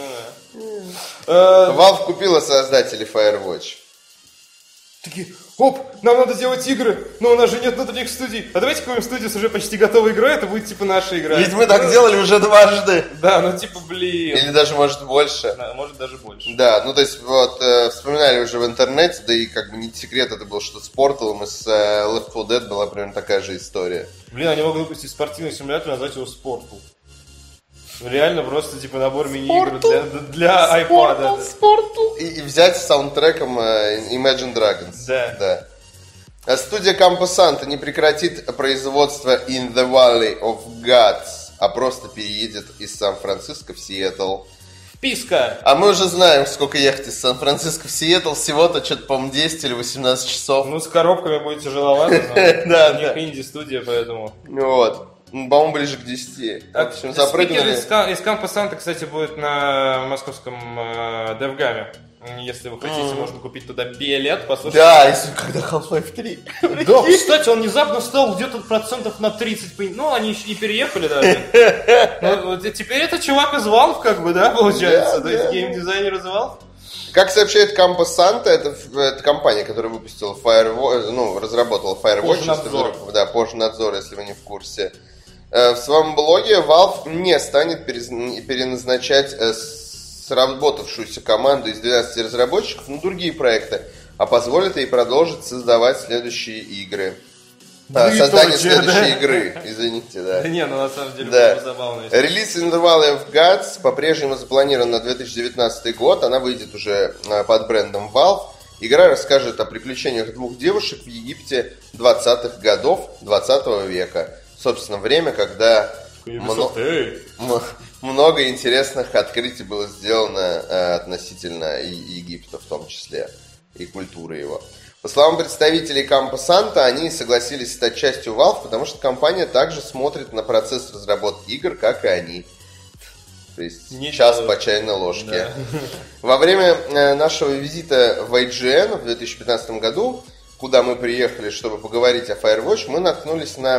Valve купила создателей Firewatch. Такие, оп, нам надо делать игры, но у нас же нет внутренних студий. А давайте купим студию с уже почти готовой игрой, это будет типа наша игра. Ведь мы так делали уже дважды. Да, ну типа, блин. Или даже, может, больше. Да, может даже больше. Да, ну то есть вот вспоминали уже в интернете, да и как бы не секрет, это было что с Portal, и с Left 4 Dead была примерно такая же история. Блин, они могут выпустить спортивный симулятор и назвать его Sportal. Реально просто типа набор мини-игр для iPad. И взять с саундтреком Imagine Dragons. Да. А студия Campo Santo не прекратит производство In the Valley of Gods, а просто переедет из Сан-Франциско в Сиэтл. Писка. А мы уже знаем, сколько ехать из Сан-Франциско в Сиэтл. Всего-то что-то, по-моему, 10 или 18 часов. Ну, с коробками будет тяжеловато, но Да, у них да. инди-студия, поэтому... Вот. По-моему, ближе к 10. В общем, запрыгнули. Спикер из Campo Santo, кстати, будет на московском DevGam'е. Если вы хотите, можно купить туда билет, послушать. Да, если когда Half-Life 3. Да, кстати, он внезапно стал где-то процентов на 30. Ну, они еще не переехали даже. Ну, вот теперь это чувак из Valve, как бы, да, получается? То есть геймдизайнер из Valve? Как сообщает Campo Santo, это компания, которая выпустила Firewatch, ну, разработала Firewatch. Пожнадзор, если вы не в курсе. В своем блоге Valve не станет переназначать сработавшуюся команду из 12 разработчиков на другие проекты. а позволит ей продолжить создавать следующие игры. Создание следующей игры, извините, да. Да не, ну на самом деле Да. было забавно. Релиз In the Valley of Gods по-прежнему запланирован на 2019 год. Она выйдет уже под брендом Valve. Игра расскажет о приключениях двух девушек в Египте 20-х годов 20 века. Собственно, время, когда много интересных открытий было сделано относительно и Египта в том числе, и культуры его. По словам представителей Campo Santo, они согласились стать частью Valve, потому что компания также смотрит на процесс разработки игр, как и они. То есть час по чайной ложке. Да. Во время нашего визита в IGN в 2015 году, куда мы приехали, чтобы поговорить о Firewatch, мы наткнулись на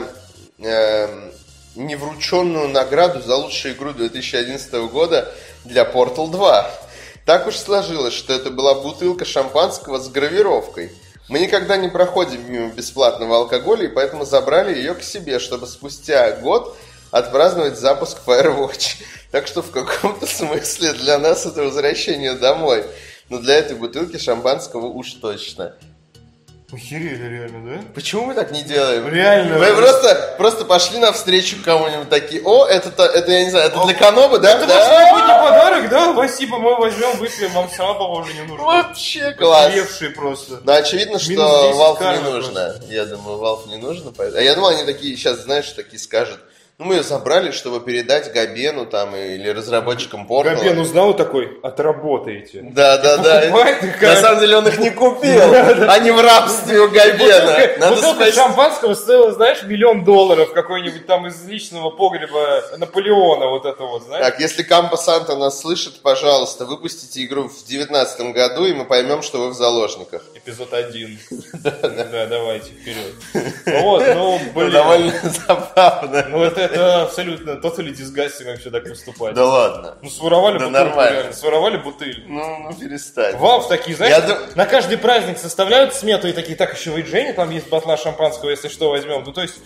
неврученную награду за лучшую игру 2011 года для Portal 2. Так уж сложилось, что это была бутылка шампанского с гравировкой. Мы никогда не проходим мимо бесплатного алкоголя, и поэтому забрали ее к себе, чтобы спустя год отпраздновать запуск Firewatch. Так что в каком-то смысле для нас это возвращение домой. Но для этой бутылки шампанского уж точно. Охерели реально, да? Почему мы так не делаем? Реально. Мы просто пошли навстречу кому-нибудь такие. О, это я не знаю, это для Канобы, да? Это ваш новогодний подарок, да? Спасибо, мы возьмем, выпьем, вам сама уже не нужно. Вообще класс. Охеревшие просто. Да, очевидно, что Valve не нужно. Я думаю, Valve не нужно. А я думал, они такие сейчас, знаешь, такие скажут. Ну, мы ее забрали, чтобы передать Габену там или разработчикам Portal. Габен узнал такой, отработаете. Да. На самом деле он их не купил. Они в рабстве у Габена. Бутылка шампанского стоила, знаешь, $1 миллион какой-нибудь там из личного погреба Наполеона, вот это вот, знаешь. Так, если Campo Santo нас слышит, пожалуйста, выпустите игру в 2019 году, и мы поймем, что вы в заложниках. Эпизод 1. Да, давайте, вперед. Вот, ну, блин. Довольно забавно. Ну, это абсолютно totally disgusting вообще так выступать. Да ладно. Ну, своровали да бутылку, нормально. реально. Своровали бутыль. Ну, перестань. Valve такие, знаешь, на каждый праздник составляют смету и такие, так, еще в Эйджене там есть батла шампанского, если что, возьмем. Ну, то есть...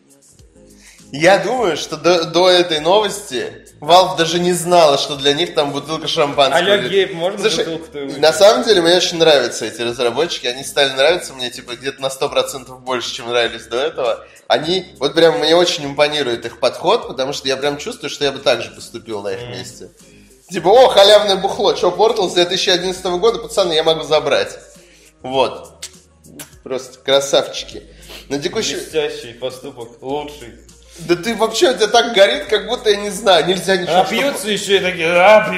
Я думаю, что до этой новости Valve даже не знала, что для них там бутылка шампанского. Аля Гейб, можно бутылку-то выпить? На самом деле, мне очень нравятся эти разработчики. Они стали нравиться мне, типа, где-то на 100% больше, чем нравились до этого. Они, вот прям, мне очень импонирует их подход, потому что я прям чувствую, что я бы так же поступил на их месте. Типа, о, халявное бухло, что, Portal с 2011 года, пацаны, я могу забрать. Вот. Просто красавчики. На текущий... Блестящий поступок, лучший. Да ты вообще, у тебя так горит, как будто, я не знаю, нельзя ничего... Напьются еще и такие,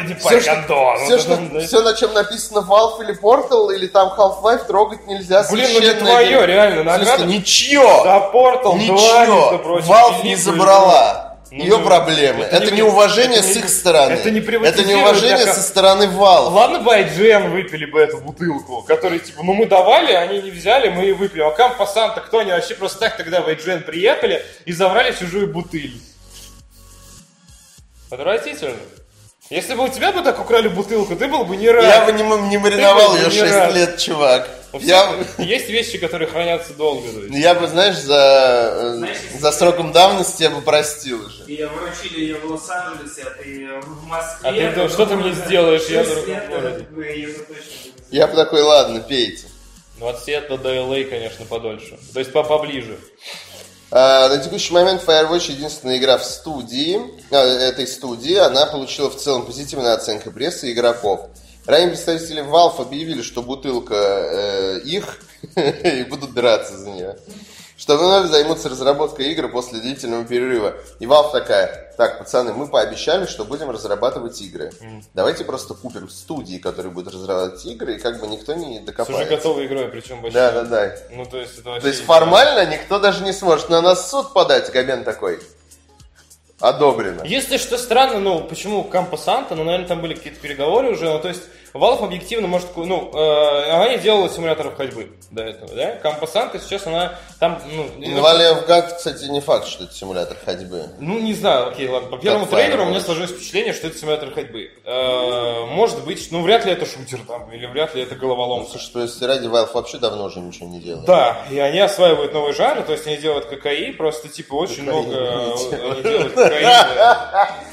Все, на чем написано Valve или Portal, или там Half-Life, трогать нельзя. Блин, ну не твое, реально, награда. Ничего! Да, Portal, ничего! Valve не забрала. Ее проблемы. Это неуважение с их стороны. Это неуважение со стороны Valve. Ладно бы IGN выпили бы эту бутылку, которые типа, ну мы давали, они не взяли, мы и выпили. А Campo Santo, кто они вообще просто так тогда в IGN приехали и забрали чужую бутыль? Отвратительно. Если бы у тебя бы так украли бутылку, ты был бы не рад. Я бы не мариновал ее 6 лет, чувак. Есть вещи, которые хранятся долго. Я бы, знаешь, за сроком давности я бы простил уже. И вручили ее в Лос-Анджелесе, а ты в Москве. А ты что ты мне сделаешь? Я в другом городе. Я бы такой, ладно, пейте. Ну, от Сиэтла до LA, конечно, подольше. То есть поближе. На текущий момент Firewatch единственная игра в студии, этой студии, она получила в целом позитивную оценку прессы и игроков. Ранее представители Valve объявили, что бутылка их, и будут драться за нее. Что вновь займутся разработкой игр после длительного перерыва. И Valve такая, так, пацаны, мы пообещали, что будем разрабатывать игры. Давайте просто купим студии, которые будут разрабатывать игры, и как бы никто не докопается. С уже готовой игрой, причем большой. Да. Ну, то есть, это то есть формально никто даже не сможет на нас в суд подать, Габен такой. Одобрено. Если что странно, ну, почему Campo Santo, ну, наверное, там были какие-то переговоры уже, ну, то есть, Valve объективно может, ну, она не делала симуляторов ходьбы до этого, да? Campo Santo сейчас она там, ну... Valley of God, кстати, не факт, что это симулятор ходьбы. Ну, не знаю, окей, ладно. По первому трейлеру у меня сложилось впечатление, что это симулятор ходьбы. Может быть, ну, вряд ли это шутер там, или вряд ли это головоломка. Ну, слушай, если ради Valve вообще давно уже ничего не делает. Да, и они осваивают новый жанр, то есть они делают ККИ, просто, типа, очень много... Они делают ККИ,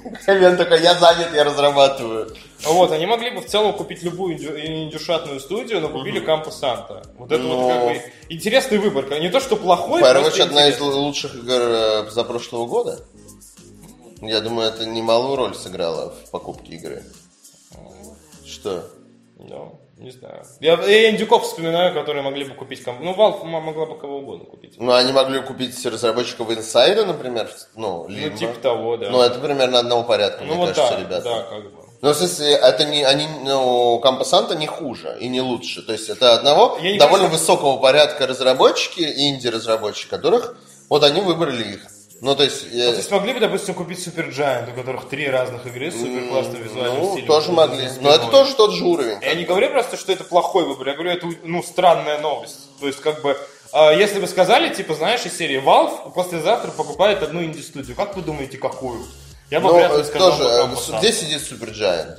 Лен такой, я занят, я разрабатываю. Вот, они могли бы в целом купить любую индюшатную студию, но купили Кампо Санта. Вот это вот как бы интересный выбор. Не то, что плохой, Firewatch одна из лучших игр за прошлого года. Я думаю, это немалую роль сыграло в покупке игры. Что? Ну, не знаю. Я индюков вспоминаю, которые могли бы купить Кампо. Ну, Valve могла бы кого угодно купить. Ну, они могли купить разработчиков Inside, например. Ну, Ну, типа того, да. Ну, это примерно одного порядка, Ну, мне вот кажется, да, ребята. да, как бы. Ну, в смысле, это не, они, ну, Кампо Санта не хуже и не лучше. То есть, это одного Я не довольно понимаю, высокого порядка разработчики, инди-разработчики, которых, вот они выбрали их. Ну, то есть... Ну, то есть могли бы, допустим, купить Supergiant, у которых 3 разных игры с супер классным визуальным Ну, стилем. тоже могли. Но это тоже тот же уровень. Я не говорю просто, что это плохой выбор, я говорю, это, ну, странная новость. То есть, как бы, если бы сказали, типа, знаешь, из серии Valve послезавтра покупает одну инди-студию, как вы думаете, какую? Я бы вряд ли сказал, тоже, Кампо Санта. где сидит Supergiant?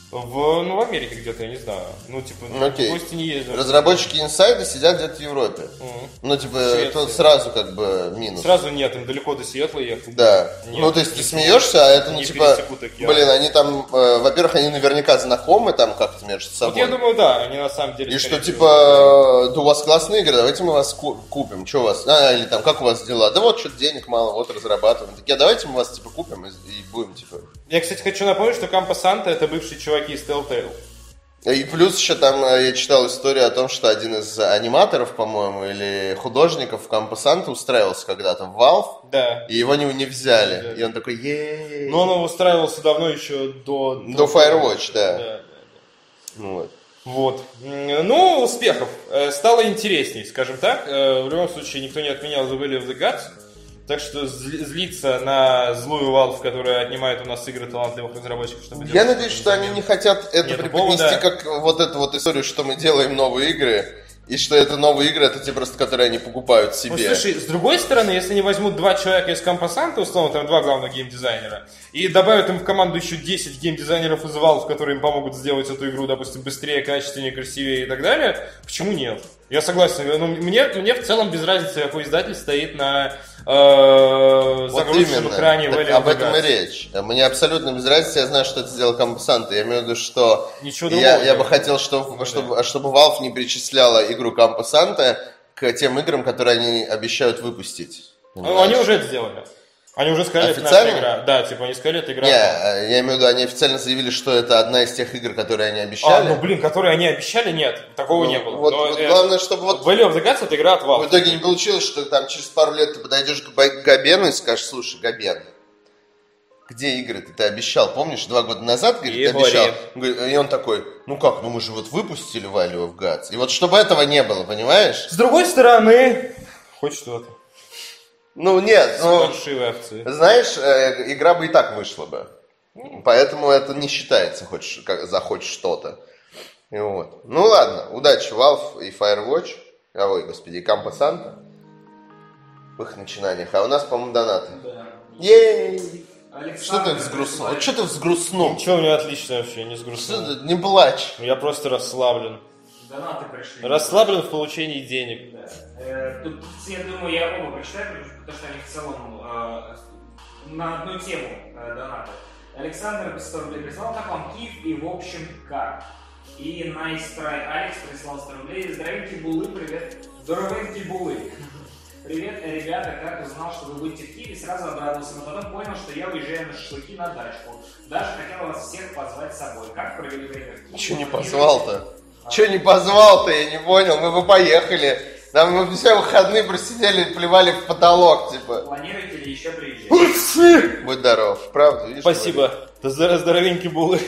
В Америке где-то, я не знаю. Ну, типа, Окей. в гости не ездят. Разработчики Inside сидят где-то в Европе. Ну, типа, Швеция. тут сразу как бы минус. Сразу нет, им далеко до Сиэтла ехать. Да. Нет, Ну, то есть ты не смеешься, а это, ну, не типа, пересекут океан. блин, они там, во-первых, они наверняка знакомы там как-то между Вот собой. я думаю, да, они на самом деле... И скорее что, всего, типа, да у вас классные игры, давайте мы вас купим. Что у вас? Или там, как у вас дела? Да вот, что-то денег мало, вот разрабатываем. Такие, давайте мы вас, типа, купим и будем, типа... Я, кстати, хочу напомнить, что Кампо Санта это бывшие чуваки из Telltale. И плюс еще там я читал историю о том, что один из аниматоров, по-моему, или художников Кампо Санта устраивался когда-то в Valve, Да. и его не взяли. Да. И он такой, ей. Но он устраивался давно еще до Firewatch, да. Да. Ну вот. Вот. Ну, успехов. Стало интересней, скажем так. В любом случае, никто не отменял The Valley of the Gods. Так что злиться на злую Valve, которая отнимает у нас игры талантливых разработчиков, чтобы Я делать надеюсь, что они не хотят это Нет, преподнести повода. как вот эту вот историю, что мы делаем новые игры, и что это новые игры, это те просто, которые они покупают себе. Ну, слушай, с другой стороны, если они возьмут 2 человека из Кампо Санта, условно, там 2 главных геймдизайнера, и добавят им в команду еще 10 геймдизайнеров из Valve, которые им помогут сделать эту игру, допустим, быстрее, качественнее, красивее и так далее, почему нет? Я согласен. Ну, мне в целом без разницы, какой издатель стоит на загрузочном экране Так Valley of об the этом и Gods. речь. Мне абсолютно без разницы, я знаю, что это сделал Кампо Санта. Я имею в виду, что Ничего я другого. бы хотел, чтобы Valve не причисляла игру Кампо Санта к тем играм, которые они обещают выпустить. Ну, Понимаешь? они уже это сделали. Они уже сказали, это Официально? наша игра. Да, типа они сказали, это игра. Не, я имею в виду, они официально заявили, что это одна из тех игр, которые они обещали. Ну блин, которые они обещали, нет, такого Ну, не было. вот- Но, вот главное, чтобы вот Valley of the Gods это игра от Valve. в итоге не получилось, что там через пару лет ты подойдешь к Габену и скажешь, слушай, Габен, где игры-то ты обещал? Помнишь, 2 года назад, говорит, И ты обещал? говорит. И он такой, ну как, ну мы же вот выпустили Valley of Gods. И вот чтобы этого не было, понимаешь? С другой стороны, хоть что-то. Ну нет, ну, Фальшивые овцы. знаешь, игра бы и так вышла бы. Поэтому это не считается за хоть что-то. И вот. Ну ладно, удачи Valve и Firewatch. Ой, господи, и Кампо Санта в их начинаниях. А у нас, по-моему, донаты. Да. Ей! Что Александр ты взгрустнул? присылает- Вот что ты взгрустнул? Ничего, у меня отлично вообще, не Что сгрустнул. ты? Не плачь. Я просто расслаблен. Донаты пришли. Расслаблен в получении денег. Да. Тут, я думаю, я оба прочитаю, потому что они в целом на одну тему донаты. Александр 100 рублей прислал, как вам Киев и в общем как? И Nice Try Алекс прислал 100 рублей. Здоровенькие булы, привет. Здоровенькие булы. Привет, ребята, как узнал, что вы будете в Киеве, сразу обрадовался, но потом понял, что я уезжаю на шашлыки на дачку. Даже хотел вас всех позвать с собой. Как провели время в Киеве? Че не позвал-то? Че не позвал-то, я не понял. Мы бы поехали. Там мы все выходные просидели и плевали в потолок, типа. Планируете ли еще приезжать? Будь здоров, правда, видишь? Спасибо. Здоровенький булы.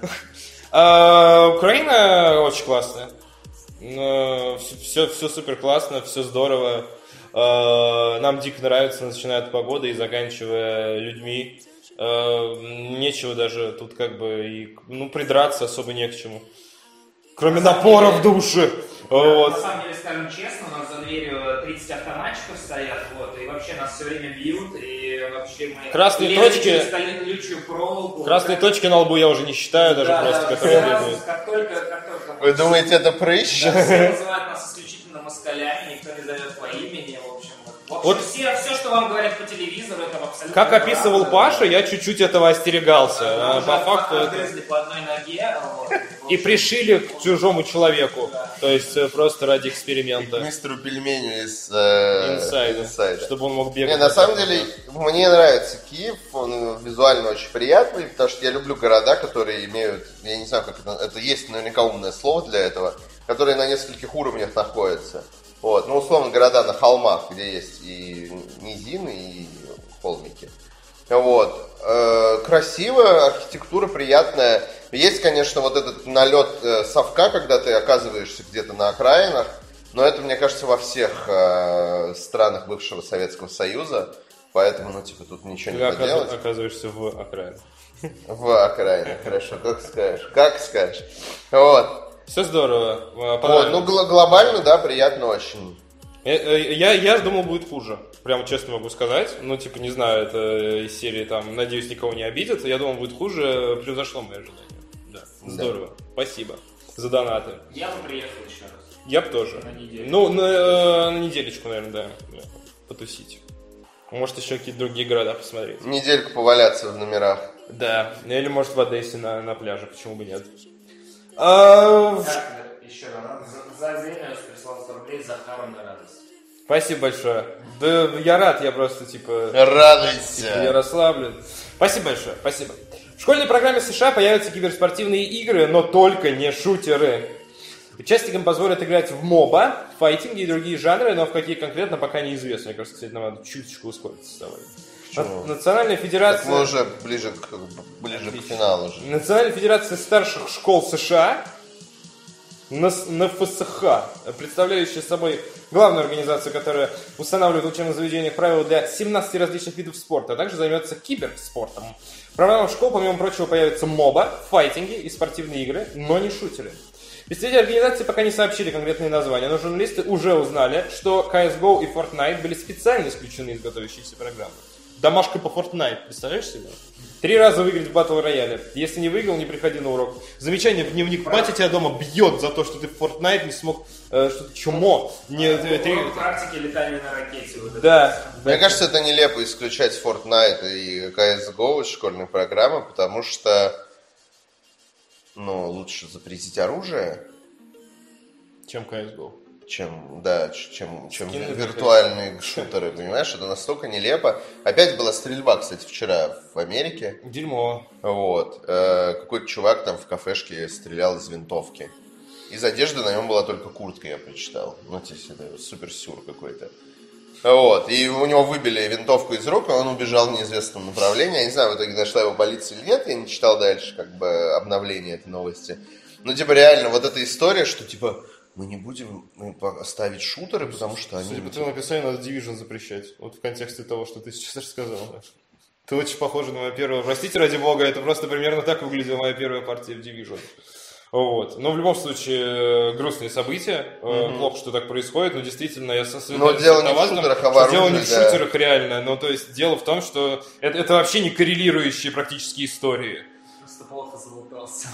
Украина очень классная. Все супер классно, все здорово. Нам дико нравится, начиная от погоды и заканчивая людьми. Нечего даже тут как бы и, придраться особо не к чему. Кроме напора в душе. Вот. На самом деле, скажем честно, у нас за дверью 30 автоматчиков стоят, вот, и вообще нас все время бьют, и вообще мы... Красные лезем точки- через колючую проволоку. Красные точки на лбу я уже не считаю, даже просто, которые сразу, бегают. как только... Вы думаете, это прыщ? Да, все называют нас исключительно москалями, никто не зовет по имени, в общем, Вот все, что вам говорят по телевизору, это абсолютно... как описывал Паша, я чуть-чуть этого остерегался. Уже По факту это... отгрызли по одной ноге. И пришили к чужому человеку. То есть просто ради эксперимента. Мистеру Пельменю из Инсайда. Чтобы он мог бегать. Не, на самом деле, мне нравится Киев, он визуально очень приятный, потому что я люблю города, которые имеют, я не знаю, как это есть наверняка умное слово для этого, которые на нескольких уровнях находятся. Вот, ну, условно, города на холмах, где есть и низины, и холмики. Вот. Красиво, архитектура приятная. Есть, конечно, вот этот налет совка, когда ты оказываешься где-то на окраинах, но это, мне кажется, во всех странах бывшего Советского Союза, поэтому, ну, типа, тут ничего не поделать. Ты оказываешься в окраинах. В окраинах, хорошо, как скажешь. Вот. Все здорово. Вот, ну, глобально, да, приятно очень. Я думал, будет хуже. Прямо честно могу сказать. Ну, типа, не знаю, это из серии, там, надеюсь, никого не обидит. Я думал, будет хуже. Превзошло мои ожидания. Да. Здорово. Да. Спасибо за донаты. Я бы приехал еще раз. Я бы тоже. На неделю. Ну, на неделечку, наверное, да. Потусить. Может, еще какие-то другие города посмотреть. Недельку поваляться в номерах. Да. Или, может, в Одессе на пляже. Почему бы нет? Еще раз. За время прислал 100 рублей Захару на радость. Спасибо большое. Да я рад, я просто, типа... Радуйся. Типа, я расслаблен. Спасибо большое, спасибо. В школьной программе США появятся киберспортивные игры, но только не шутеры. Участникам позволят играть в моба, файтинги и другие жанры, но в какие конкретно пока неизвестно. Мне кажется, кстати, нам надо чуточку ускориться с тобой. Национальная федерация... Так мы уже ближе к финалу уже. Национальная федерация старших школ США... НФСХ, представляющая собой главную организацию, которая устанавливает в учебных заведениях правила для 17 различных видов спорта, а также займется киберспортом. В программах школ, помимо прочего, появятся моба, файтинги и спортивные игры, но не шутеры. Представители организации пока не сообщили конкретные названия, но журналисты уже узнали, что CSGO и Fortnite были специально исключены из готовящейся программы. Домашка по Fortnite, представляешь себе? 3 раза выиграть в батл рояле. Если не выиграл, не приходи на урок. Замечание в дневник. Батя тебя дома бьет за то, что ты в Fortnite не смог, что ты чумо. Практики летания на ракете. Вот да. Мне кажется, это нелепо исключать Fortnite и CSGO из школьной программы, потому что, ну, лучше запретить оружие, чем CSGO. Чем виртуальные шутеры, понимаешь? Это настолько нелепо. Опять была стрельба, кстати, вчера в Америке. Дерьмо. Вот. Какой-то чувак там в кафешке стрелял из винтовки. Из одежды на нем была только куртка, я прочитал. Ну, то есть это супер-сюр какой-то. Вот. И у него выбили винтовку из рук, и он убежал в неизвестном направлении. Я не знаю, в итоге нашла его полиция или нет. Я не читал дальше как бы обновление этой новости. Но типа реально вот эта история, что типа... Мы не будем ставить шутеры, потому что они... Судя по твоему описанию, надо Division запрещать. Вот в контексте того, что ты сейчас рассказал. Ты очень похожа на мою первую... Простите, ради бога, это просто примерно так выглядела моя первая партия в Division. Вот. Но в любом случае, грустные события. Плохо, что так происходит, но действительно, я Но дело не в шутерах, а в оружии, дело не в шутерах, реально. Ну, то есть, дело в том, что это вообще не коррелирующие практически истории. Просто плохо залутался.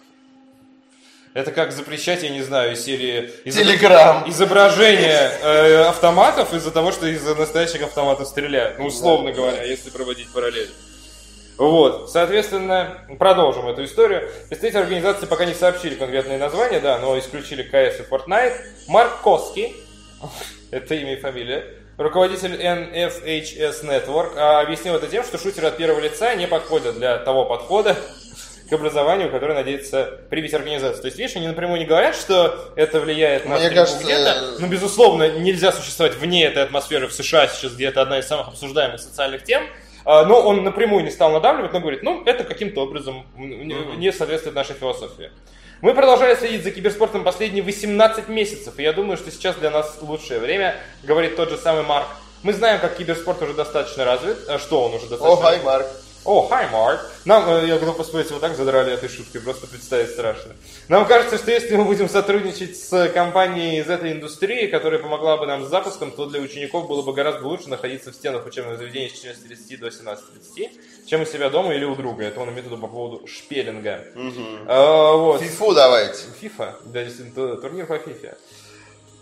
Это как запрещать, я не знаю, из серии Телеграм. Изображение автоматов из-за того, что из настоящих автоматов стреляют. Ну, условно говоря, если проводить параллель. Вот, соответственно, продолжим эту историю. Представители организации пока не сообщили конкретные названия, да, но исключили CS и Fortnite. Марк Коски, это имя и фамилия, руководитель NFHS Network, объяснил это тем, что шутеры от первого лица не подходят для того подхода к образованию, которое надеется привить организацию. То есть, видишь, они напрямую не говорят, что это влияет на стрельбу где-то, но, безусловно, нельзя существовать вне этой атмосферы в США сейчас, где это одна из самых обсуждаемых социальных тем, но он напрямую не стал надавливать, но говорит, ну, это каким-то образом не соответствует нашей философии. Мы продолжали следить за киберспортом последние 18 месяцев, и я думаю, что сейчас для нас лучшее время, говорит тот же самый Марк. Мы знаем, как киберспорт уже достаточно развит, что он уже достаточно развит. О, Марк. О, hi, Марк. Нам, я готов поспорить, вот так задрали этой шутки, просто представить страшно. Нам кажется, что если мы будем сотрудничать с компанией из этой индустрии, которая помогла бы нам с запуском, то для учеников было бы гораздо лучше находиться в стенах учебных заведений с 14:30 до 17:30, чем у себя дома или у друга. Это он имеет в виду по поводу шпеллинга. Вот. Фифу давайте. Фифа? Да, действительно, турнир по фифе.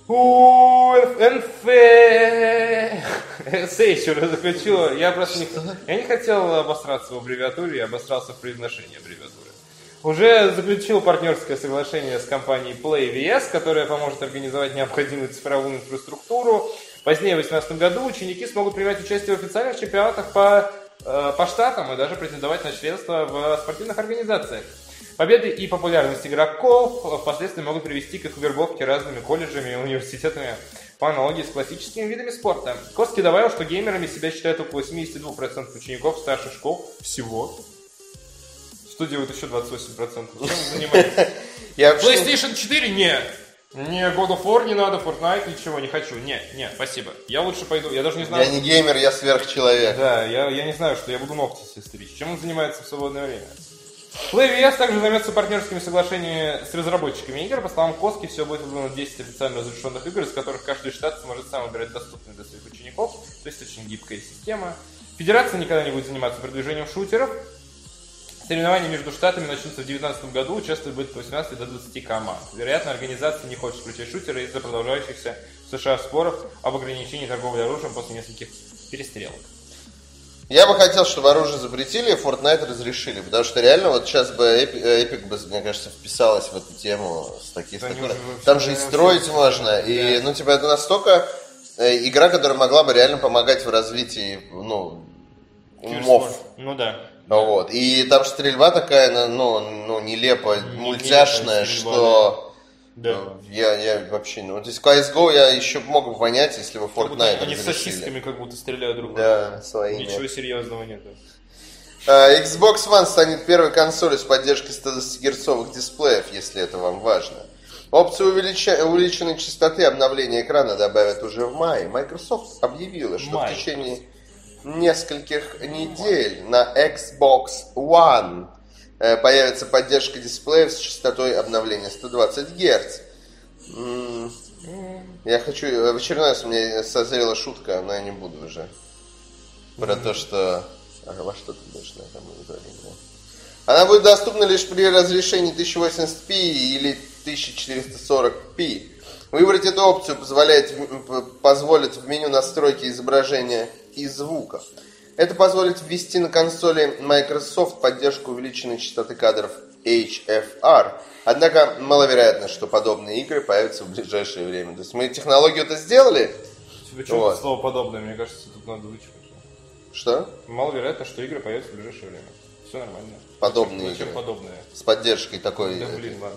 еще раз заключила. Я просто не хотел обосраться в аббревиатуре, я обосрался в произношении аббревиатуры. Уже заключил партнерское соглашение с компанией PlayVS, которая поможет организовать необходимую цифровую инфраструктуру. Позднее, в 2018 году, ученики смогут принимать участие в официальных чемпионатах по штатам и даже претендовать на членство в спортивных организациях. Победы и популярность игроков впоследствии могут привести к их вербовке разными колледжами и университетами по аналогии с классическими видами спорта. Коски добавил, что геймерами себя считают около 82% учеников старших школ всего. Что делают еще 28%? Чем вы занимаетесь? PlayStation 4? Нет. Мне God of War не надо, Fortnite, ничего, не хочу. Нет, спасибо. Я лучше пойду, я даже не знаю... Я не геймер, я сверхчеловек. Да, я не знаю, что я буду ногти себе стричь. Чем он занимается в свободное время? PlayVS также займется партнерскими соглашениями с разработчиками игр. По словам Коски, все будет выбрано 10 официально разрешенных игр, из которых каждый штат сможет сам выбирать доступные для своих учеников. То есть очень гибкая система. Федерация никогда не будет заниматься продвижением шутеров. Соревнования между штатами начнутся в 2019 году, участвовать будет от 18 до 20 команд. Вероятно, организация не хочет включать шутеры из-за продолжающихся в США споров об ограничении торговли оружием после нескольких перестрелок. Я бы хотел, чтобы оружие запретили, Fortnite разрешили, потому что реально вот сейчас бы Epic бы, мне кажется, вписалась в эту тему с таких... Там же и строить можно, и, ну, типа, это настолько игра, которая могла бы реально помогать в развитии, ну, умов. Ну да. Вот. И там стрельба такая, ну нелепо, мультяшная, что... Да. Я вообще... Ну, то есть CSGO я еще мог бы понять, если бы Fortnite они с сосисками как будто стреляют друг друга. Да, своими. Ничего серьезного нет. Xbox One станет первой консолью с поддержкой 120-герцовых дисплеев, если это вам важно. Опцию увеличенной частоты обновления экрана добавят уже в мае. Microsoft объявила, что в течение нескольких недель на Xbox One появится поддержка дисплеев с частотой обновления 120 Гц. Я хочу... В очередной раз у меня созрела шутка, но я не буду уже. Про то, что... во что ты будешь на этом мониторе? Она будет доступна лишь при разрешении 1080p или 1440p. Выбрать эту опцию позволит в меню настройки изображения и звука. Это позволит ввести на консоли Microsoft поддержку увеличенной частоты кадров HFR. Однако маловероятно, что подобные игры появятся в ближайшее время. То есть мы технологию-то сделали. Почему вот. Слово подобное? Мне кажется, тут надо вычеркнуть. Что? Маловероятно, что игры появятся в ближайшее время. Все нормально. Подобные игры. Подобные. С поддержкой такой. Да блин, ладно.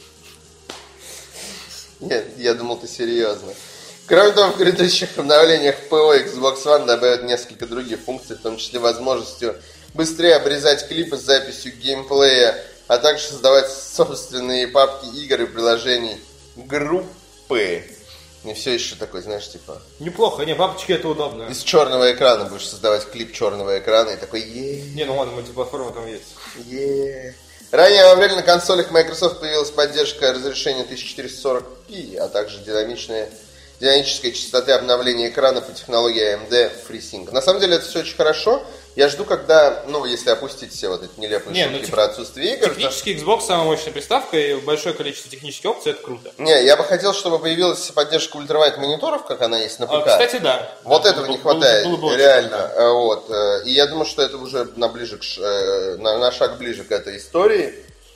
Нет, я думал, ты серьезно. Кроме того, в грядущих обновлениях ПО Xbox One добавят несколько других функций, в том числе возможностью быстрее обрезать клипы с записью геймплея, а также создавать собственные папки игр и приложений группы. И все еще такой, знаешь, типа... Неплохо, не, папочки это удобно. Из черного экрана будешь создавать клип черного экрана и такой Не, ну ладно, мультиплатформа там есть. Ранее в апреле на консолях Microsoft появилась поддержка разрешения 1440p, а также динамической частоты обновления экрана по технологии AMD FreeSync. На самом деле это все очень хорошо. Я жду, когда, если опустить все вот эти нелепые шутки про отсутствие игр. Технически Xbox самая мощная приставка и большое количество технических опций, это круто. Не, я бы хотел, чтобы появилась поддержка ультравайд мониторов, как она есть на ПК. Кстати, да. Вот этого не хватает, реально. Вот. И я думаю, что это уже на шаг ближе к этой истории.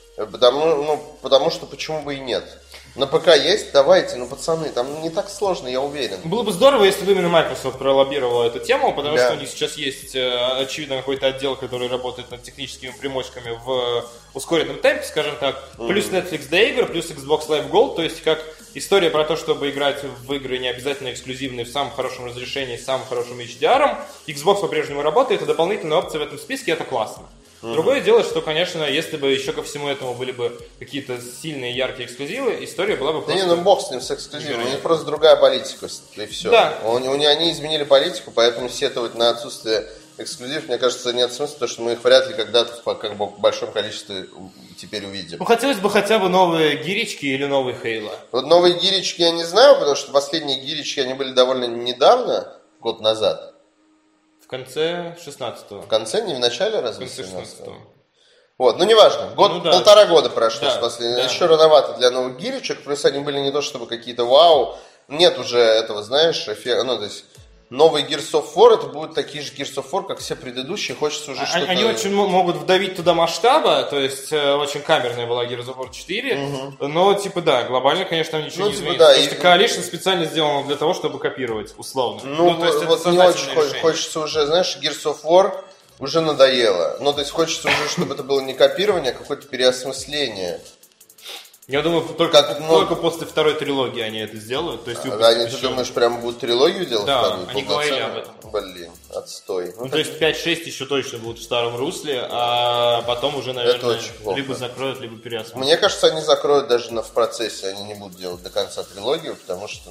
Потому что почему бы и нет. На ПК есть, давайте, пацаны, там не так сложно, я уверен. Было бы здорово, если бы именно Microsoft пролоббировала эту тему, потому что у них сейчас есть, очевидно, какой-то отдел, который работает над техническими примочками в ускоренном темпе, скажем так. Плюс Netflix для игр, плюс Xbox Live Gold, то есть как история про то, чтобы играть в игры не обязательно эксклюзивные в самом хорошем разрешении, с самым хорошим HDR. Xbox по-прежнему работает, и дополнительная опция в этом списке, это классно. Другое дело, что, конечно, если бы еще ко всему этому были бы какие-то сильные, яркие эксклюзивы, история была бы просто... Да бог с ним, с эксклюзивом, у них просто другая политика, и все. Да. Они изменили политику, поэтому сетовать на отсутствие эксклюзивов, мне кажется, нет смысла, потому что мы их вряд ли когда-то в большом количестве теперь увидим. Хотелось бы хотя бы новые гирички или новый Хейла. Вот новые гирички я не знаю, потому что последние гирички, они были довольно недавно, год назад. В конце 16-го. В конце, не в начале, разве? В конце 16-го. Вот, неважно. Полтора года прошло. Да, Еще рановато для новых гиричек. Плюс они были не то чтобы какие-то вау. нет уже этого, знаешь, эффекта, ну, то есть новый Gears of War, это будут такие же Gears of War, как все предыдущие, хочется уже что-то... Они очень могут вдавить туда масштаба, то есть очень камерная была Gears of War 4, но, типа, да, глобально, конечно, там ничего не изменится. Да, потому что Coalition специально сделано для того, чтобы копировать, условно. Ну то есть вот это не очень решение. хочется уже, знаешь, Gears of War уже надоело. Ну, то есть хочется уже, чтобы это было не копирование, а какое-то переосмысление. Я думаю, только после второй трилогии они это сделают. То есть, ты думаешь, прям будут трилогию делать? Да, вторую, они говорили об этом. Блин, отстой. Ну, то есть 5-6 еще точно будут в старом русле, а потом уже, наверное, либо закроют, либо переосмыслят. Мне кажется, они закроют даже в процессе, они не будут делать до конца трилогию, потому что,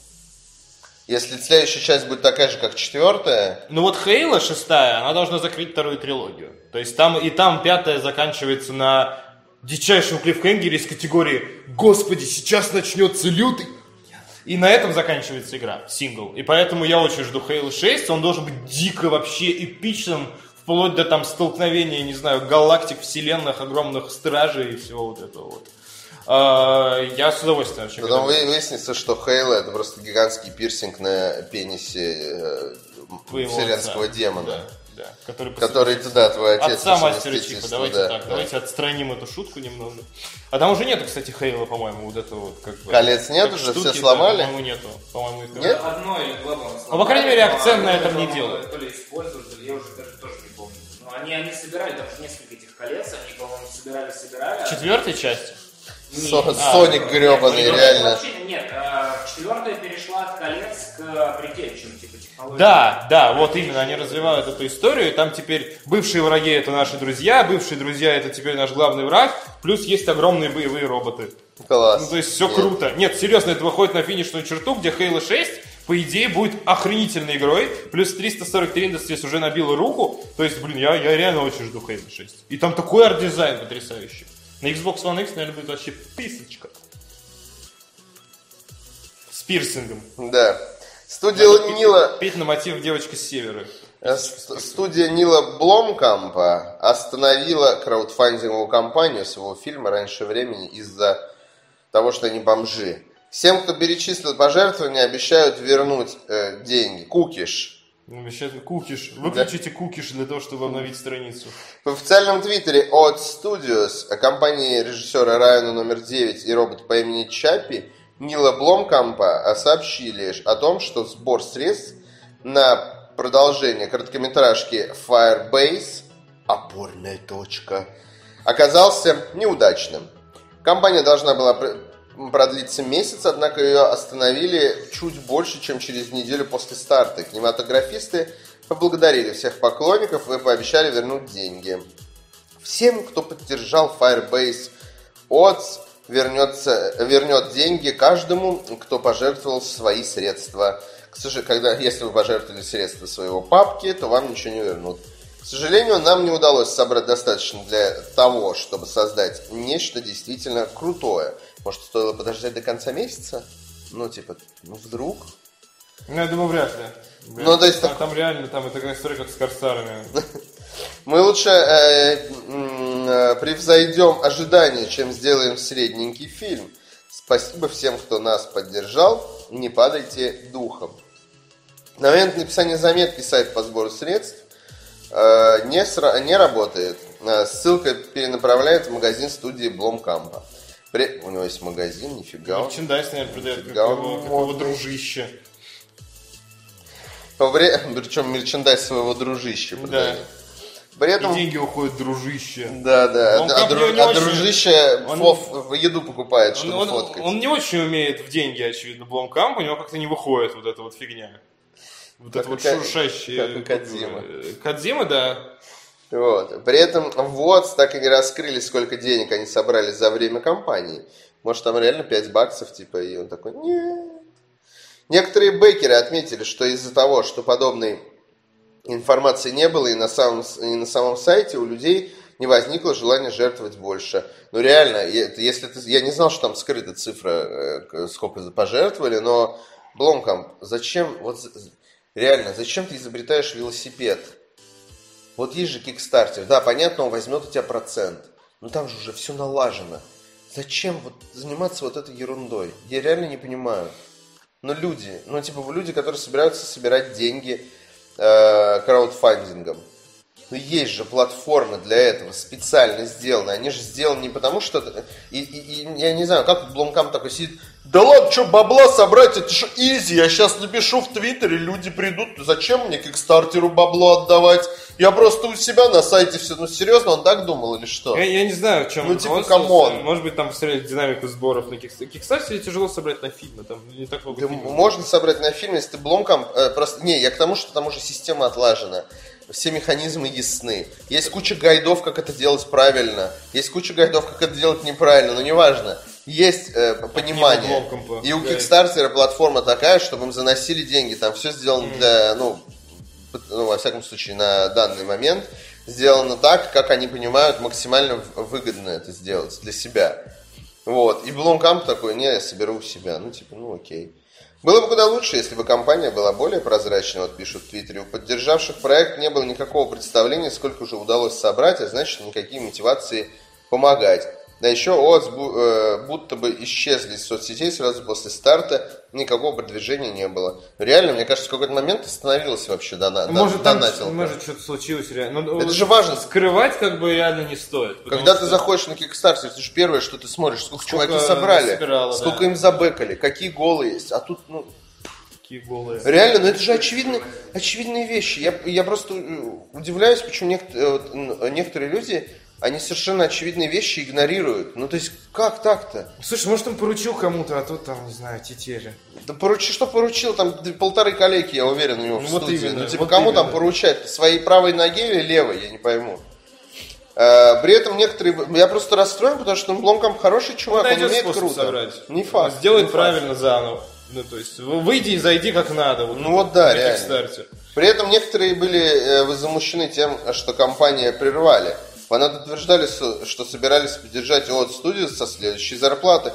если следующая часть будет такая же, как четвертая... Ну вот Halo 6, она должна закрыть вторую трилогию. То есть там 5-я заканчивается на дичайшем клиффхенгере из категории «Господи, сейчас начнется лютый». И на этом заканчивается игра, сингл. И поэтому я очень жду Halo 6. Он должен быть дико вообще эпичным, вплоть до там столкновения, не знаю, галактик, вселенных, огромных стражей и всего вот этого вот. Я с удовольствием вообще. Потом выяснится, что Halo это просто гигантский пирсинг на пенисе вселенского демона. Да, который туда твой отец. Отца мастера Чипа, давайте отстраним эту шутку немного. А там уже нету, кстати, Хейла, по-моему, вот этого вот как бы. Колец нет уже, все сломали? По-моему, нету. По-моему, нет? Одно или два сломали. Ну, по крайней мере, акцент на этом не делают. То ли используют, я уже даже тоже не помню. Но они собирали, там же несколько этих колец, они, по-моему, собирали. В четвертой части? Соник гребаный, реально. Нет, четвертая перешла от колец к прикетчам, типа технологии. Да, вот именно, они развивают эту историю, и там теперь бывшие враги это наши друзья, бывшие друзья это теперь наш главный враг, плюс есть огромные боевые роботы. Класс. Ну, то есть все круто. Нет, серьезно, это выходит на финишную черту, где Halo 6, по идее, будет охренительной игрой, плюс 343 Industries уже набила руку, то есть, я реально очень жду Halo 6. И там такой арт-дизайн потрясающий. На Xbox One X, наверное, будет вообще писочка. С пирсингом. Да. Студия Нила... Петь на мотив «Девочка с севера». Студия Нила Бломкампа остановила краудфандинговую кампанию своего фильма раньше времени из-за того, что они бомжи. Всем, кто перечислил пожертвования, обещают вернуть деньги. Кукиш. Кукиш. Выключите кукиш для того, чтобы обновить страницу. В официальном твиттере от Studios, компании режиссера Райана номер 9 и робота по имени Чаппи, Нила Бломкампа сообщили о том, что сбор средств на продолжение короткометражки Firebase, опорная точка, оказался неудачным. Компания должна была продлиться месяц, однако ее остановили чуть больше, чем через неделю после старта. Кинематографисты поблагодарили всех поклонников и пообещали вернуть деньги. Всем, кто поддержал Firebase Odds, вернет деньги каждому, кто пожертвовал свои средства. Если вы пожертвовали средства своего папки, то вам ничего не вернут. К сожалению, нам не удалось собрать достаточно для того, чтобы создать нечто действительно крутое. Может, стоило подождать до конца месяца? Вдруг? Я думаю, вряд ли. То есть там реально, это такая история, как с Корсарами. Мы лучше превзойдем ожидания, чем сделаем средненький фильм. Спасибо всем, кто нас поддержал. Не падайте духом. На момент написания заметки сайт по сбору средств не работает. Ссылка перенаправляет в магазин студии Бломкампа. У него есть магазин, нифига. Мерчендайз, наверное, продает какого дружища. Причем мерчендайз своего дружища продает. При этом... И деньги уходят дружище. Да. Дружище в еду покупает, чтобы фоткать. Он не очень умеет в деньги, очевидно, Бломкамп. У него как-то не выходит вот эта вот фигня. Вот это вот шуршащее. Как у Кодзимы. Кодзима, да. Вот. При этом ВОДС так и не раскрыли, сколько денег они собрали за время кампании. Может, там реально $5, и он такой, нет. Некоторые бэкеры отметили, что из-за того, что подобной информации не было и на самом сайте, у людей не возникло желания жертвовать больше. Реально, я не знал, что там скрыта цифра, сколько пожертвовали, но Бломкамп, зачем ты изобретаешь велосипед? Вот есть же Kickstarter. Да, понятно, он возьмет у тебя процент. Но там же уже все налажено. Зачем заниматься этой ерундой? Я реально не понимаю. но люди, люди, которые собираются собирать деньги краудфандингом. Но есть же платформы для этого специально сделаны. Они же сделаны не потому, что... И я не знаю, как Blomkamp такой сидит. Да ладно, что бабла собрать, это же изи. Я сейчас напишу в Твиттере, люди придут. Зачем мне Кикстартеру бабло отдавать? Я просто у себя на сайте все. Ну серьезно, он так думал или что? Я не знаю, в чем камон. Может быть, там посмотрели динамику сборов на Кикстартере тяжело собрать на фильмы. Там не так много фильмов. Можно собрать на фильм, если ты Blomkamp... просто... Не, я к тому, что там уже система отлажена. Все механизмы ясны. Есть куча гайдов, как это делать правильно. Есть куча гайдов, как это делать неправильно. Но неважно. Есть понимание. И у Kickstarter платформа такая, чтобы им заносили деньги. Там все сделано для, во всяком случае, на данный момент, сделано так, как они понимают, максимально выгодно это сделать для себя. Вот. И Blomkamp такой, не, я соберу у себя. Окей. Было бы куда лучше, если бы компания была более прозрачной, вот пишут в Твиттере. У поддержавших проект не было никакого представления, сколько уже удалось собрать, а значит, никакие мотивации помогать. Да еще ОАЦ будто бы исчезли из соцсетей сразу после старта, никакого продвижения не было. Реально, мне кажется, в какой-то момент остановилось вообще донатилка. Может, что-то случилось реально. Это же важно. Скрывать реально не стоит. Когда ты заходишь на Kickstarter, это же первое, что ты смотришь, сколько чуваки собрали, сколько им забэкали, какие голы есть. А тут, Какие голые. Реально, это же очевидные вещи. Я просто удивляюсь, почему некоторые люди... Они совершенно очевидные вещи игнорируют. То есть, как так-то? Слушай, может, он поручил кому-то, а тут там, не знаю, тетери. Да что поручил? Там 1,5 коллеги, я уверен, у него в студии. Именно, кому там поручать? Своей правой ноге или левой? Я не пойму. При этом некоторые... Я просто расстроен, потому что Blomkamp хороший чувак, он умеет круто. Собрать. Не факт. Сделает правильно заново. То есть, выйди и зайди как надо. Да, реально. При этом некоторые были возмущены тем, что компанию прервали. Фанаты утверждали, что собирались поддержать ОАЦ студию со следующей зарплаты.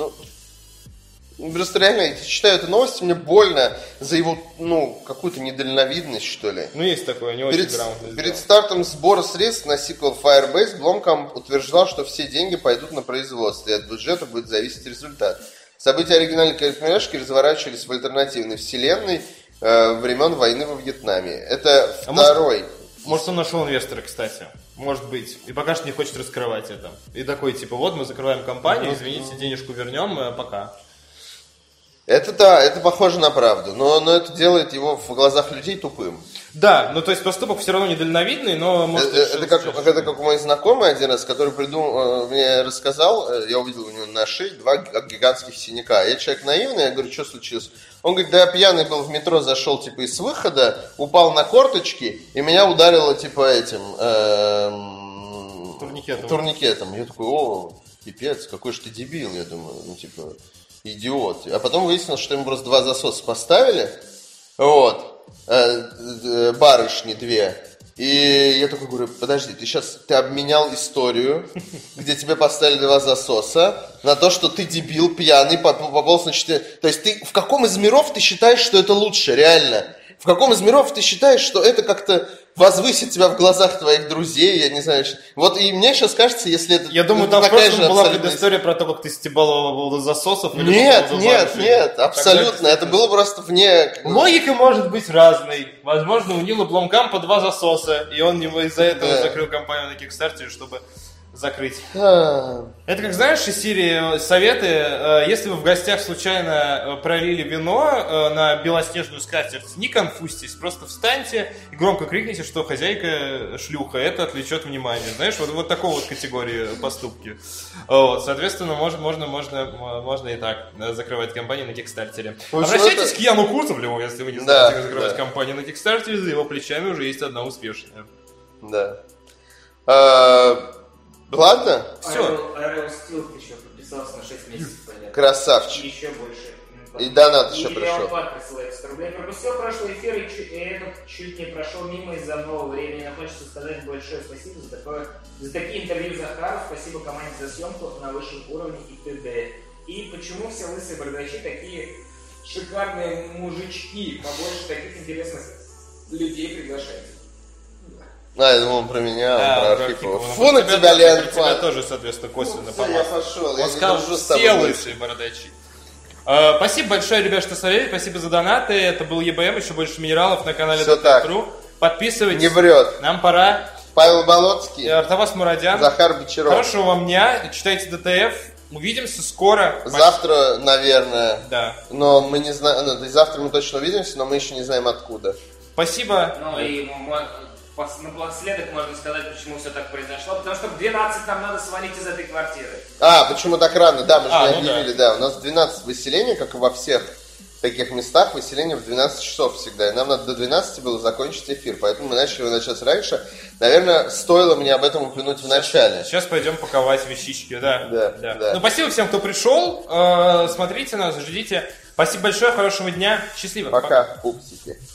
Просто реально, я читаю эту новость, мне больно за его, какую-то недальновидность, что ли. Есть такое, не очень грамотно. Перед стартом сбора средств на сиквел Firebase Blomkamp утверждал, что все деньги пойдут на производство, и от бюджета будет зависеть результат. События оригинальной короткометражки разворачивались в альтернативной вселенной времен войны во Вьетнаме. Это второй... Может, он нашел инвестора, кстати. Может быть. И пока что не хочет раскрывать это. И такой, мы закрываем компанию, извините, денежку вернем, пока. Это похоже на правду, но это делает его в глазах людей тупым. Да, то есть поступок все равно недальновидный, но может... Это как мой знакомый один раз, который мне рассказал, я увидел у него на шее 2 гигантских синяка. Я человек наивный, я говорю, что случилось? Он говорит, да я пьяный был в метро, зашел из выхода, упал на корточки, и меня ударило турникетом. Я такой, пипец, какой же ты дебил, я думаю, идиот. А потом выяснилось, что ему просто 2 засоса поставили, барышни 2. И я такой говорю, подожди, ты обменял историю, где тебе поставили 2 засоса, на то, что ты дебил, пьяный, пополз на 4. То есть ты в каком из миров ты считаешь, что это лучше, реально? В каком из миров ты считаешь, что это как-то возвысит тебя в глазах твоих друзей, я не знаю. И мне сейчас кажется, если это... Я думаю, там в прошлом была предыстория про то, как ты стебал засосов. Нет, абсолютно. Это было просто вне... Логика может быть разной. Возможно, у Нила Бломкампа 2 засоса, и он из-за этого закрыл компанию на Kickstarter, чтобы закрыть. Это как, знаешь, из серии советы, если вы в гостях случайно пролили вино на белоснежную скатерть, не конфузьтесь, просто встаньте и громко крикните, что хозяйка шлюха, это отвлечет внимание. Знаешь, вот такой категории поступки. Соответственно, можно и так закрывать компанию на Кикстартере. Обращайтесь к Яну Куртовлеву, если вы не знаете, как закрывать компанию на Кикстартере, за его плечами уже есть одна успешная. Да. Ладно? Все. Ariel Steel еще подписался на 6 месяцев подряд. Красавчик. И еще больше. И донат еще пришел. Леопард присылает 100 рублей. Пропустил прошлый эфир, и этот чуть не прошел мимо из-за нового времени. Но хочется сказать большое спасибо за такие интервью Захару. Спасибо команде за съемку на высшем уровне и т.д. И почему все лысые бородачи такие шикарные мужички? Побольше таких интересных людей приглашайте. Я думал, он про меня, он про Архипова. Фу на тебя, Леонид. Про тебя тоже, соответственно, косвенно помог. Я пошел, я не сказал, дружу с тобой. Все лысые бородачи. Спасибо большое, ребят, что смотрели. Спасибо за донаты. Это был ЕБМ, еще больше минералов на канале Всё так. Dota.ru. Подписывайтесь. Не врет. Нам пора. Павел Болоцкий, Артавас Мурадян. Захар Бочаров. Хорошего вам дня. Читайте ДТФ. Увидимся скоро. Завтра, наверное. Да. Но мы не знаем. То есть завтра мы точно увидимся, но мы еще не знаем откуда. Спасибо. Ну и напоследок можно сказать, почему все так произошло. Потому что в 12 нам надо свалить из этой квартиры. Почему так рано? Да, мы же не ну объявили, да. У нас 12 выселений, как и во всех таких местах, выселение в 12 часов всегда. И нам надо до 12 было закончить эфир, поэтому мы начали его на час раньше. Наверное, стоило мне об этом упомянуть в начале. Сейчас пойдем паковать вещички, да. Да. Ну, спасибо всем, кто пришел. Смотрите нас, ждите. Спасибо большое, хорошего дня. Счастливо. Пока, пупсики.